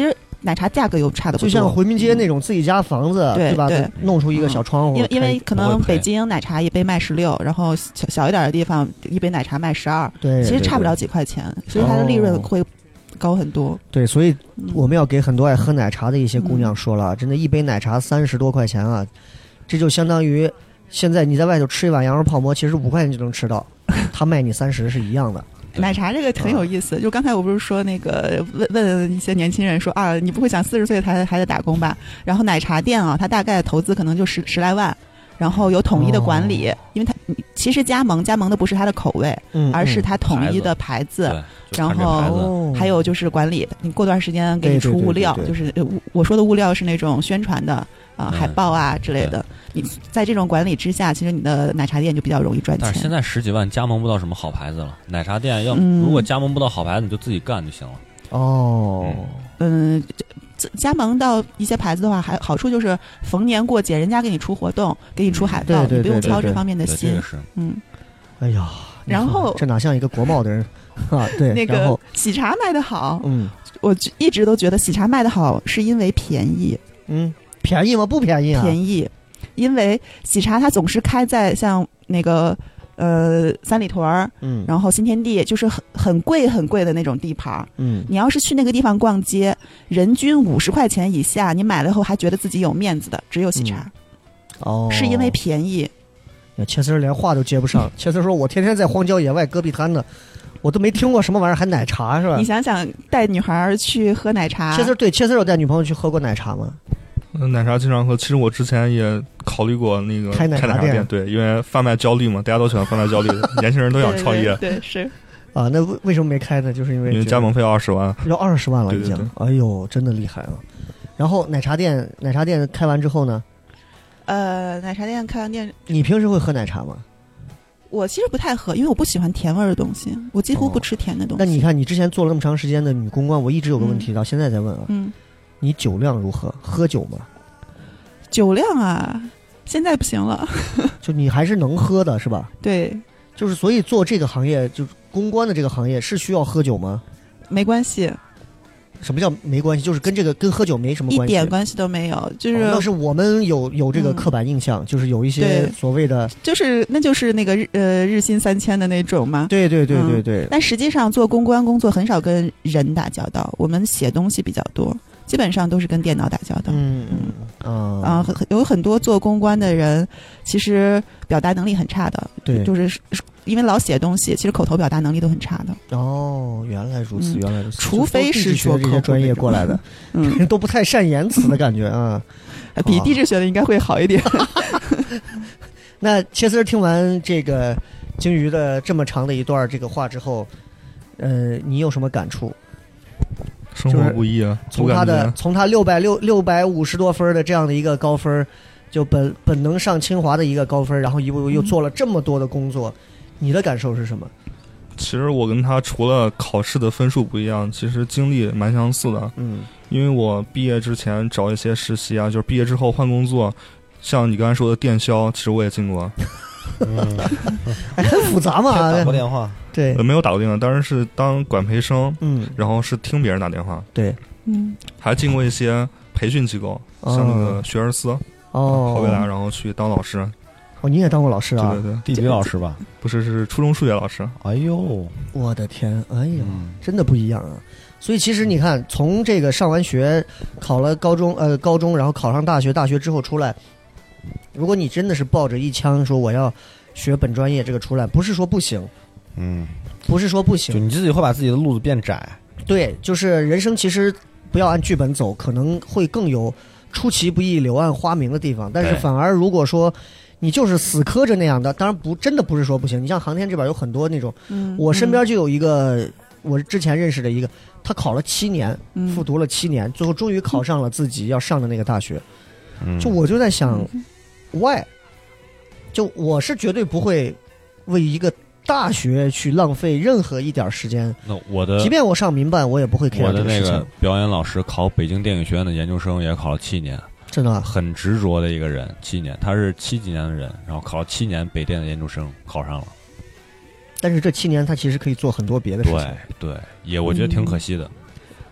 奶茶价格又差的不多， 就像回民街那种自己家房子， 对对吧？ 对， 弄出一个小窗户， 因为因为可能北京奶茶一杯卖十六，然后小小一点的地方一杯奶茶卖十二， 对， 其实差不了几块钱，所以它的利润会高很多。 对，所以我们要给很多爱喝奶茶的一些姑娘说了，真的，一杯奶茶三十多块钱啊，这就相当于现在你在外头吃一碗羊肉泡馍，其实五块钱就能吃到，他卖你三十是一样的。 奶茶这个很有意思，就刚才我不是说那个问问一些年轻人说啊，你不会想四十岁才还在打工吧？然后奶茶店啊，它大概投资可能就十十来万，然后有统一的管理，哦、因为它其实加盟加盟的不是它的口味，嗯、而是它统一的牌子， 嗯、 然后还有就是管理，你过段时间给你出物料， 对对对对就是我说的物料是那种宣传的。啊、呃，海报啊之类的，你在这种管理之下，其实你的奶茶店就比较容易赚钱。 但是现在十几万加盟不到什么好牌子了，奶茶店要、嗯、如果加盟不到好牌子，你就自己干就行了。 哦， 嗯，加盟到一些牌子的话，还好处就是逢年过节，人家给你出活动，给你出海报， 对对对对对对， 你不用操这方面的心。 对对对嗯， 哎呀， 然后这哪像一个国贸的人啊？对， 那个喜茶卖的好， 嗯， 我一直都觉得喜茶卖的好是因为便宜， 嗯。便宜吗？不便宜啊！ 便宜，因为喜茶它总是开在像那个呃三里屯儿，嗯，然后新天地，就是很很贵很贵的那种地盘，嗯，你要是去那个地方逛街，人均五十块钱以下，你买了后还觉得自己有面子的，只有喜茶，嗯、 哦， 是因为便宜。 切丝连话都接不上，切丝说：“我天天在荒郊野外戈壁滩的。”我都没听过什么玩意儿，还奶茶是吧？ 你想想，带女孩去喝奶茶， 切丝对切丝有带女朋友去喝过奶茶吗？ 嗯，奶茶经常喝。其实我之前也考虑过那个开奶茶店，对，因为贩卖焦虑嘛，大家都喜欢贩卖焦虑，年轻人都想创业。 对, 对, 对，是。 啊，那为什么没开呢？就是因为因为加盟费要二十万， 要二十万了已经。 对对对， 哎呦，真的厉害啊！然后奶茶店，奶茶店开完之后呢？ 呃，奶茶店开完店， 你平时会喝奶茶吗？ 我其实不太喝，因为我不喜欢甜味的东西，我几乎不吃甜的东西。 哦、那你看，你之前做了那么长时间的女公关，我一直有个问题，嗯、到现在在问啊， 嗯， 你酒量如何？喝酒吗？ 酒量啊，现在不行了。 就你还是能喝的是吧？ 对， 就是所以做这个行业，就是公关的这个行业是需要喝酒吗？ 没关系。 什么叫没关系？就是跟这个跟喝酒没什么关系， 一点关系都没有。就是、 哦、那是我们有有这个刻板印象，嗯、就是有一些所谓的， 就是那就是那个呃日薪三千的那种嘛。 对对对对对、嗯。 但实际上做公关工作很少跟人打交道，我们写东西比较多。基本上都是跟电脑打交道。 嗯嗯啊，有很多做公关的人，其实表达能力很差的。 对， 就是因为老写东西，其实口头表达能力都很差的。 哦，原来如此，嗯、原来如此。 除非是学这些专业过来的，嗯，都不太善言辞的感觉啊。 比地质学的应该会好一点。 那切丝听完这个鲸鱼的这么长的一段这个话之后，呃，你有什么感触？ 生活不易啊！ 从他的从他六百六六百五十多分的这样的一个高分，就本本能上清华的一个高分，然后又又做了这么多的工作，嗯、你的感受是什么？ 其实我跟他除了考试的分数不一样，其实经历蛮相似的。 嗯， 因为我毕业之前找一些实习啊，就是毕业之后换工作，像你刚才说的电销，其实我也进过。 嗯， 哎，很复杂嘛。 打过电话， 对， 没有打过电话，当然是当管培生， 嗯， 然后是听别人打电话， 对， 嗯， 还进过一些培训机构， 哦、 像那个学而思， 哦， 跑未来，然后去当老师。 哦，你也当过老师啊？ 对对对， 地理老师吧？ 不是，是初中数学老师。 哎呦， 我的天，哎呀，嗯、真的不一样啊！所以其实你看，从这个上完学，考了高中，呃，高中，然后考上大学，大学之后出来。如果你真的是抱着一腔说我要学本专业这个出来，不是说不行， 嗯， 不是说不行， 就你自己会把自己的路子变窄。 对，就是人生其实不要按剧本走，可能会更有出其不意柳暗花明的地方。但是反而如果说你就是死磕着那样的，当然不真的不是说不行。你像航天这边有很多那种， 嗯， 我身边就有一个，我之前认识的一个，他考了七年，复读了七年，最后终于考上了自己要上的那个大学。 嗯， 就我就在想。Why？ 就我是绝对不会为一个大学去浪费任何一点时间。 那我的， 即便我上民办，我也不会 care 我的那这个事情。 个表演老师考北京电影学院的研究生也考了七年， 真的很执着的一个人。七年，他是七几年的人，然后考了七年北电的研究生，考上了。 但是这七年他其实可以做很多别的事情。 对对，也我觉得挺可惜的。 嗯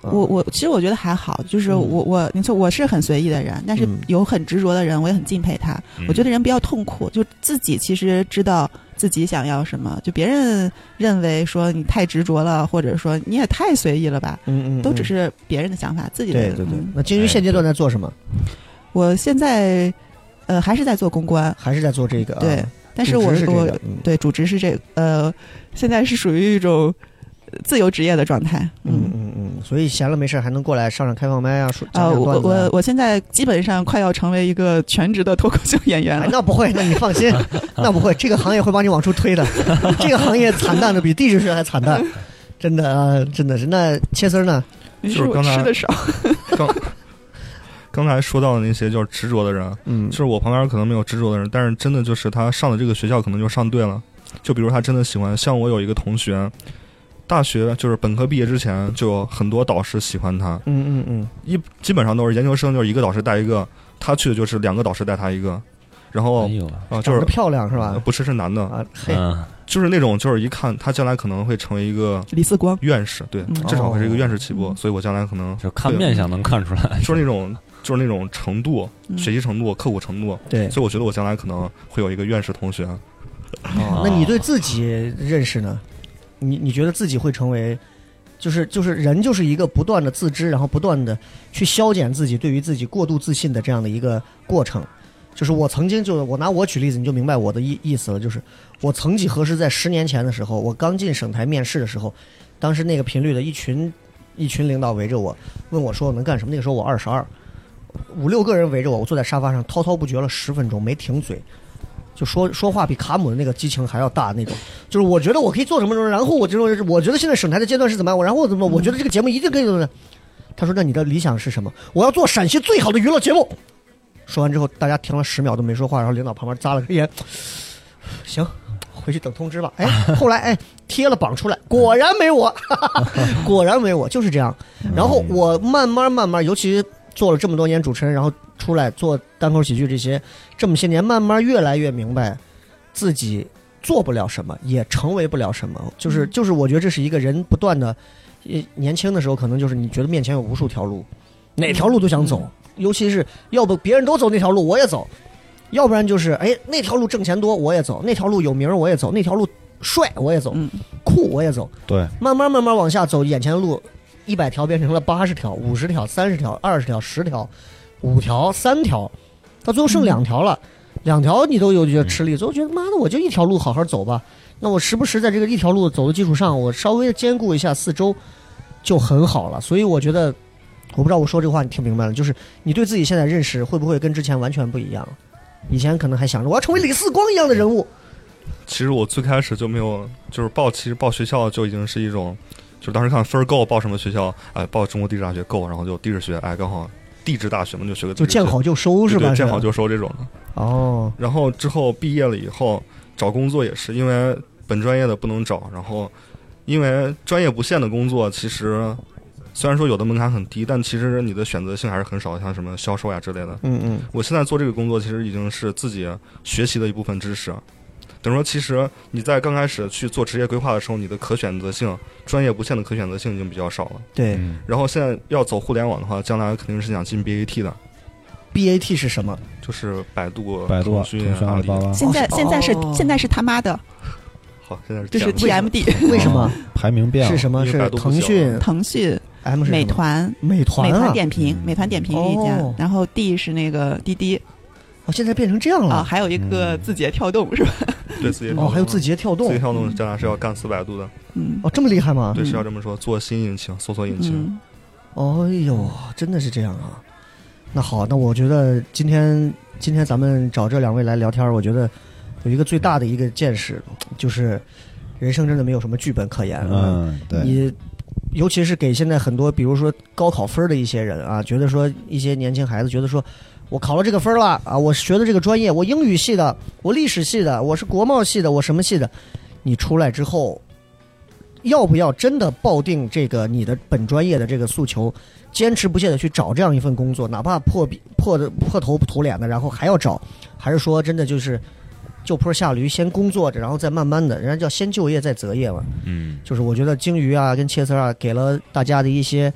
我我其实我觉得还好，就是我我你说我是很随意的人，但是有很执着的人，我也很敬佩他。 嗯、 我觉得人不要痛苦，就自己其实知道自己想要什么，就别人认为说你太执着了，或者说你也太随意了吧， 嗯嗯， 都只是别人的想法，自己的。 对对对。那金鱼现阶段在做什么？ 我现在呃还是在做公关， 还是在做这个。 对，啊、但是我是、这个、 我、 嗯、 对主职是这个呃，现在是属于一种自由职业的状态。 嗯嗯嗯，所以闲了没事还能过来上上开放麦啊，说讲讲段子、啊。 我我我现在基本上快要成为一个全职的脱口秀演员了。 哎、那不会，那你放心，那不会，这个行业会把你往出推的。这个行业惨淡的比地质学还惨淡，真的啊，真的是。那切丝呢？ 就是刚才吃的少。 刚刚才说到的那些就是执着的人， 嗯， 就是我旁边可能没有执着的人，但是真的就是他上的这个学校可能就上对了。就比如他真的喜欢，像我有一个同学。大学就是本科毕业之前就有很多导师喜欢他， 嗯嗯嗯， 一基本上都是研究生，就是一个导师带一个，他去的就是两个导师带他一个，然后啊、呃、就是漂亮是吧？ 不是是男的啊，嘿， 就是那种就是一看他将来可能会成为一个李四光院士，对，嗯、至少会是一个院士起步， 哦、 所以我将来可能就看面相能看出来， 就是那种就是那种程度、嗯、学习程度、刻苦程度， 对， 所以我觉得我将来可能会有一个院士同学。 哦，那你对自己认识呢？你你觉得自己会成为？就是就是人就是一个不断的自知，然后不断的去消减自己对于自己过度自信的这样的一个过程。就是我曾经就我拿我举例子，你就明白我的意意思了。就是我曾几何时在十年前的时候，我刚进省台面试的时候，当时那个频率的一群一群领导围着我，问我说我能干什么。那个时候我二十二，五六个人围着我，我坐在沙发上滔滔不绝了十分钟，没停嘴。就说说话比卡姆的那个激情还要大那种，就是我觉得我可以做什么什么，然后我就说我觉得现在省台的阶段是怎么样，我然后我怎么，我觉得这个节目一定可以怎么。他说那你的理想是什么？我要做陕西最好的娱乐节目。说完之后，大家停了十秒都没说话，然后领导旁边咂了个烟，行，回去等通知吧。哎，后来哎贴了榜出来，果然没我，哈哈果然没我，就是这样。然后我慢慢慢慢，尤其做了这么多年主持人，然后出来做单口喜剧这些这么些年，慢慢越来越明白自己做不了什么，也成为不了什么。就是就是我觉得这是一个人不断的，年轻的时候可能就是你觉得面前有无数条路，哪条路都想走，尤其是要不别人都走那条路我也走，要不然就是哎那条路挣钱多我也走，那条路有名我也走，那条路帅我也走，酷我也走。 对， 慢慢慢慢往下走，眼前的路一百条变成了八十条、五十条、三十条、二十条、十条、五条、三条，到最后剩两条了。嗯、两条你都有觉得吃力，最后觉得妈的，我就一条路好好走吧。那我时不时在这个一条路走的基础上，我稍微兼顾一下四周，就很好了。所以我觉得，我不知道我说这个话你听明白了，就是你对自己现在认识会不会跟之前完全不一样？以前可能还想着我要成为李四光一样的人物。 其实我最开始就没有，就是报，其实报学校就已经是一种。就当时看分够报什么学校，哎，报中国地质大学够，然后就地质学，哎，刚好地质大学嘛，就学个就见好就收是吧？ 对对，见好就收这种的。 哦。 然后之后毕业了以后找工作也是，因为本专业的不能找，然后因为专业不限的工作，其实虽然说有的门槛很低，但其实你的选择性还是很少，像什么销售呀之类的。 嗯嗯。 我现在做这个工作，其实已经是自己学习的一部分知识。等于说，其实你在刚开始去做职业规划的时候，你的可选择性、专业不限的可选择性已经比较少了。 对。 然后现在要走互联网的话，将来肯定是想进 B A T 的。 B A T 是什么？ 就是百度、 百度、 腾讯、阿里。 现在现在是、哦、现在是他妈的。 好，现在是这是 T M D。 为什么？ 排名变了？ 是什么？是腾讯、 腾讯、 M 美团、 美团、 美团点评、美团点评是一家， 哦、 然后 D 是那个滴滴。 哦，现在变成这样了。 啊，还有一个字节跳动、嗯、是吧？ 对，字节跳动。 哦，还有字节跳动。 字节跳动将来是要干死百度的。 嗯。 哦，这么厉害吗？ 对，是要这么说，做新引擎、搜索引擎。 嗯。 哦呦，真的是这样啊！那好，那我觉得今天今天咱们找这两位来聊天，我觉得有一个最大的一个见识，就是人生真的没有什么剧本可言啊。 嗯，对。 你尤其是给现在很多，比如说高考分的一些人啊，觉得说一些年轻孩子觉得说。我考了这个分了啊！我学的这个专业，我英语系的，我历史系的，我是国贸系的，我什么系的？你出来之后，要不要真的抱定这个你的本专业的这个诉求，坚持不懈的去找这样一份工作，哪怕破破的破头不涂脸的，然后还要找，还是说真的就是就坡下驴，先工作着，然后再慢慢的，人家叫先就业再择业嘛。 嗯， 就是我觉得鲸鱼啊跟切丝啊给了大家的一些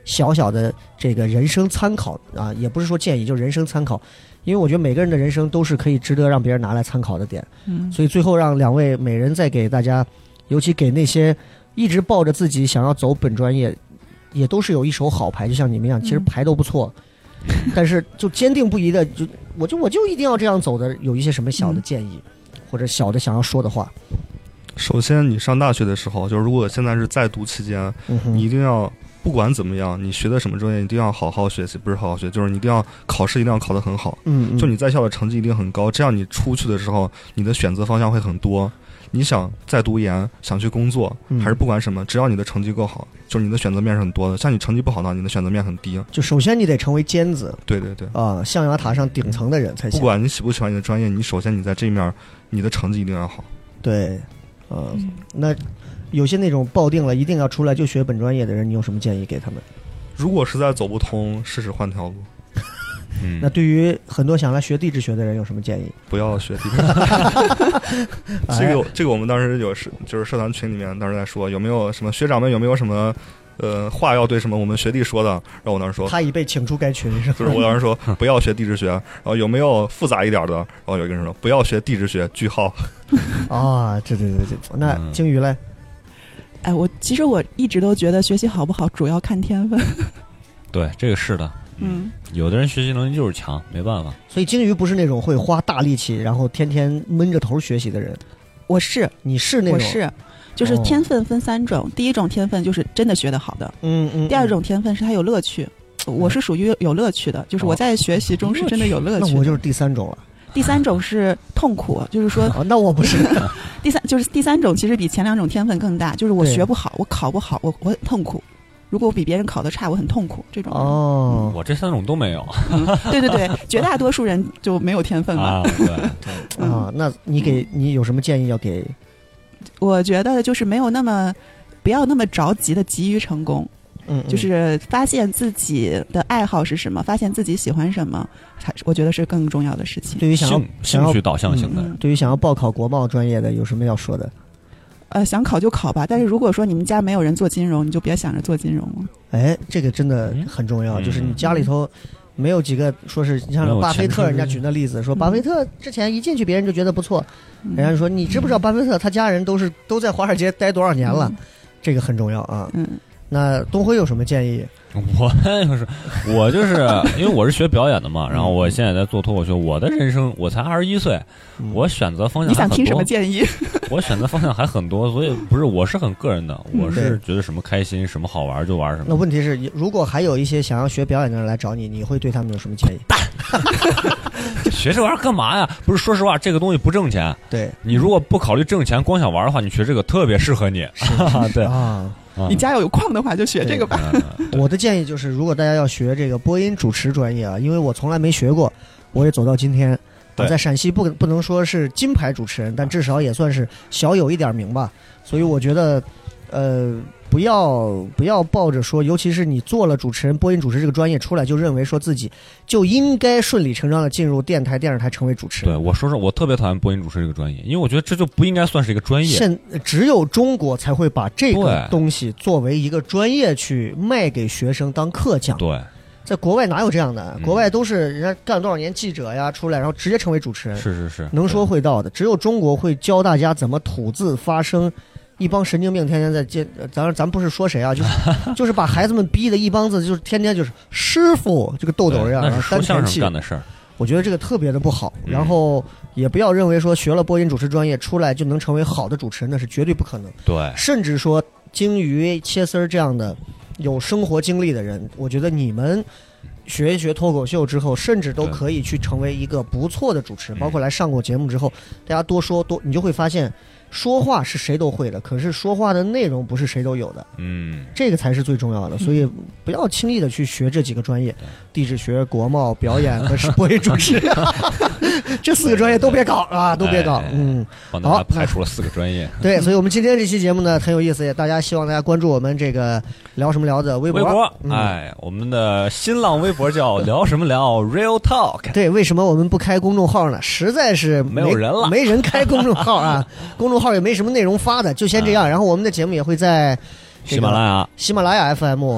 小小的这个人生参考啊，也不是说建议，就是人生参考。因为我觉得每个人的人生都是可以值得让别人拿来参考的点，嗯，所以最后让两位每人再给大家，尤其给那些一直抱着自己想要走本专业，也都是有一手好牌，就像你们一样，其实牌都不错，嗯、但是就坚定不移的，就我就我就一定要这样走的，有一些什么小的建议，嗯、或者小的想要说的话。 首先，你上大学的时候，就是如果现在是在读期间，嗯、你一定要。不管怎么样，你学的什么专业，一定要好好学习，不是好好学，就是你一定要考试，一定要考得很好。嗯，就你在校的成绩一定很高，这样你出去的时候，你的选择方向会很多。你想再读研，想去工作，还是不管什么，只要你的成绩够好，就是你的选择面是很多的。像你成绩不好呢，你的选择面很低。就首先你得成为尖子，对对对啊，象牙塔上顶层的人才行。不管你喜不喜欢你的专业，你首先你在这面，你的成绩一定要好。对，呃、嗯，那。有些那种抱定了一定要出来就学本专业的人，你有什么建议给他们？如果实在走不通，试试换条路。嗯，那对于很多想来学地质学的人有什么建议？不要学地质学。这个这个我们当时有是就是社团群里面当时在说，有没有什么学长们有没有什么呃话要对什么我们学弟说的？然后我当时说他已被请出该群，是吧？就是我当时说不要学地质学。然后有没有复杂一点的？然后有一个人说不要学地质学。句号。啊，这这这这，那鲸鱼嘞？哎，我其实我一直都觉得学习好不好主要看天分。对，这个是的。嗯，有的人学习能力就是强，没办法。所以鲸鱼不是那种会花大力气，然后天天闷着头学习的人。我是，你是那种，我是，就是天分分三种。哦、第一种天分就是真的学得好的，嗯嗯。第二种天分是他有乐趣，嗯、我是属于有乐趣的，就是我在学习中是真的有乐趣。那我就是第三种了。第三种是痛苦，就是说，哦、那我不是。第三就是第三种，其实比前两种天分更大，就是我学不好，我考不好，我我很痛苦。如果我比别人考得差，我很痛苦。这种哦、嗯，我这三种都没有。嗯、对对对，绝大多数人就没有天分嘛。啊，对对啊，那你给你有什么建议要给？我觉得就是没有那么，不要那么着急的急于成功。嗯，就是发现自己的爱好是什么，发现自己喜欢什么，才我觉得是更重要的事情。对于想要兴趣导向型的、嗯，对于想要报考国贸专业的，有什么要说的？呃，想考就考吧，但是如果说你们家没有人做金融，你就别想着做金融了。哎，这个真的很重要，嗯、就是你家里头没有几个说是，你像巴菲特，人家举那例子说，巴菲特之前一进去，别人就觉得不错，嗯、人家就说你知不知道巴菲特他家人都是都在华尔街待多少年了，嗯、这个很重要啊。嗯。那东辉有什么建议？我就是我就是因为我是学表演的嘛，然后我现在在做脱口秀。我的人生我才二十一岁，我选择方向还很多。你想听什么建议？我选择方向还很多，所以不是我是很个人的，我是觉得什么开心什么好玩就玩什么。那问题是，如果还有一些想要学表演的人来找你，你会对他们有什么建议？学这玩意儿干嘛呀？不是，说实话，这个东西不挣钱。对，你如果不考虑挣钱，光想玩的话，你学这个特别适合你。对啊。你家要有矿的话，就学这个吧。我的建议就是，如果大家要学这个播音主持专业啊，因为我从来没学过，我也走到今天，我在陕西不不能说是金牌主持人，但至少也算是小有一点名吧。所以我觉得，呃，不要不要抱着说，尤其是你做了主持人、播音主持这个专业出来，就认为说自己就应该顺理成章的进入电台、电视台成为主持人。对，我说说，我特别讨厌播音主持这个专业，因为我觉得这就不应该算是一个专业。现只有中国才会把这个东西作为一个专业去卖给学生当课讲。对，在国外哪有这样的？嗯、国外都是人家干了多少年记者呀，出来然后直接成为主持人。是是是，能说会道的。只有中国会教大家怎么吐字发声。一帮神经病天天在接，咱咱不是说谁啊，就是就是把孩子们逼的一帮子，就是天天就是师傅这个豆豆一样，单全气干的事儿。我觉得这个特别的不好，然后也不要认为说学了播音主持专业出来就能成为好的主持人，那是绝对不可能。对，甚至说鲸鱼、切丝儿这样的有生活经历的人，我觉得你们学一学脱口秀之后，甚至都可以去成为一个不错的主持人。包括来上过节目之后，大家多说多，你就会发现。说话是谁都会的，可是说话的内容不是谁都有的，嗯，这个才是最重要的。所以不要轻易的去学这几个专业，地质学、国贸、表演和播音主持，这四个专业都别搞啊，都别搞。嗯，帮大家排除了四个专业。对，所以我们今天这期节目呢很有意思，也大家希望大家关注我们这个聊什么聊的微博。微博，嗯、哎，我们的新浪微博叫聊什么聊 Real Talk。对，为什么我们不开公众号呢？实在是 没, 没有人了，没人开公众号啊，公众号也没什么内容发的，就先这样。然后我们的节目也会在、这个、喜马拉雅、喜马拉雅 F M。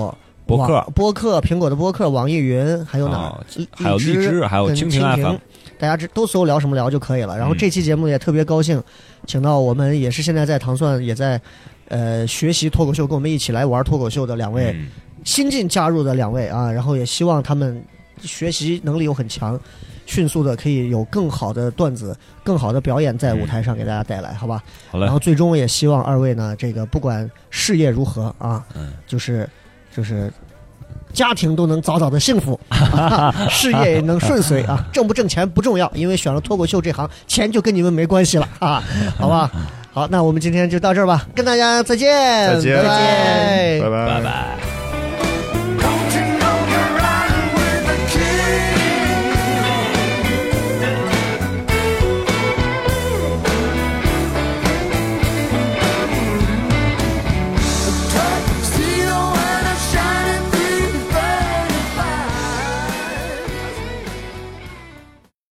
播客播客，苹果的播客，网易云，还有哪、 哦？还有荔枝，还有蜻蜓 F M， 大家都搜聊什么聊就可以了。然后这期节目也特别高兴，请到我们也是现在在糖蒜也在呃学习脱口秀，跟我们一起来玩脱口秀的两位、嗯、新进加入的两位啊，然后也希望他们学习能力又很强，迅速的可以有更好的段子、更好的表演在舞台上给大家带来，好吧？ 好嘞。 然后最终也希望二位呢，这个不管事业如何啊，嗯，就是就是家庭都能早早的幸福，啊、事业也能顺遂啊，挣不挣钱不重要，因为选了脱口秀这行，钱就跟你们没关系了啊，好吧？好，那我们今天就到这儿吧，跟大家再见， 再见， 拜拜， 拜拜， 拜拜。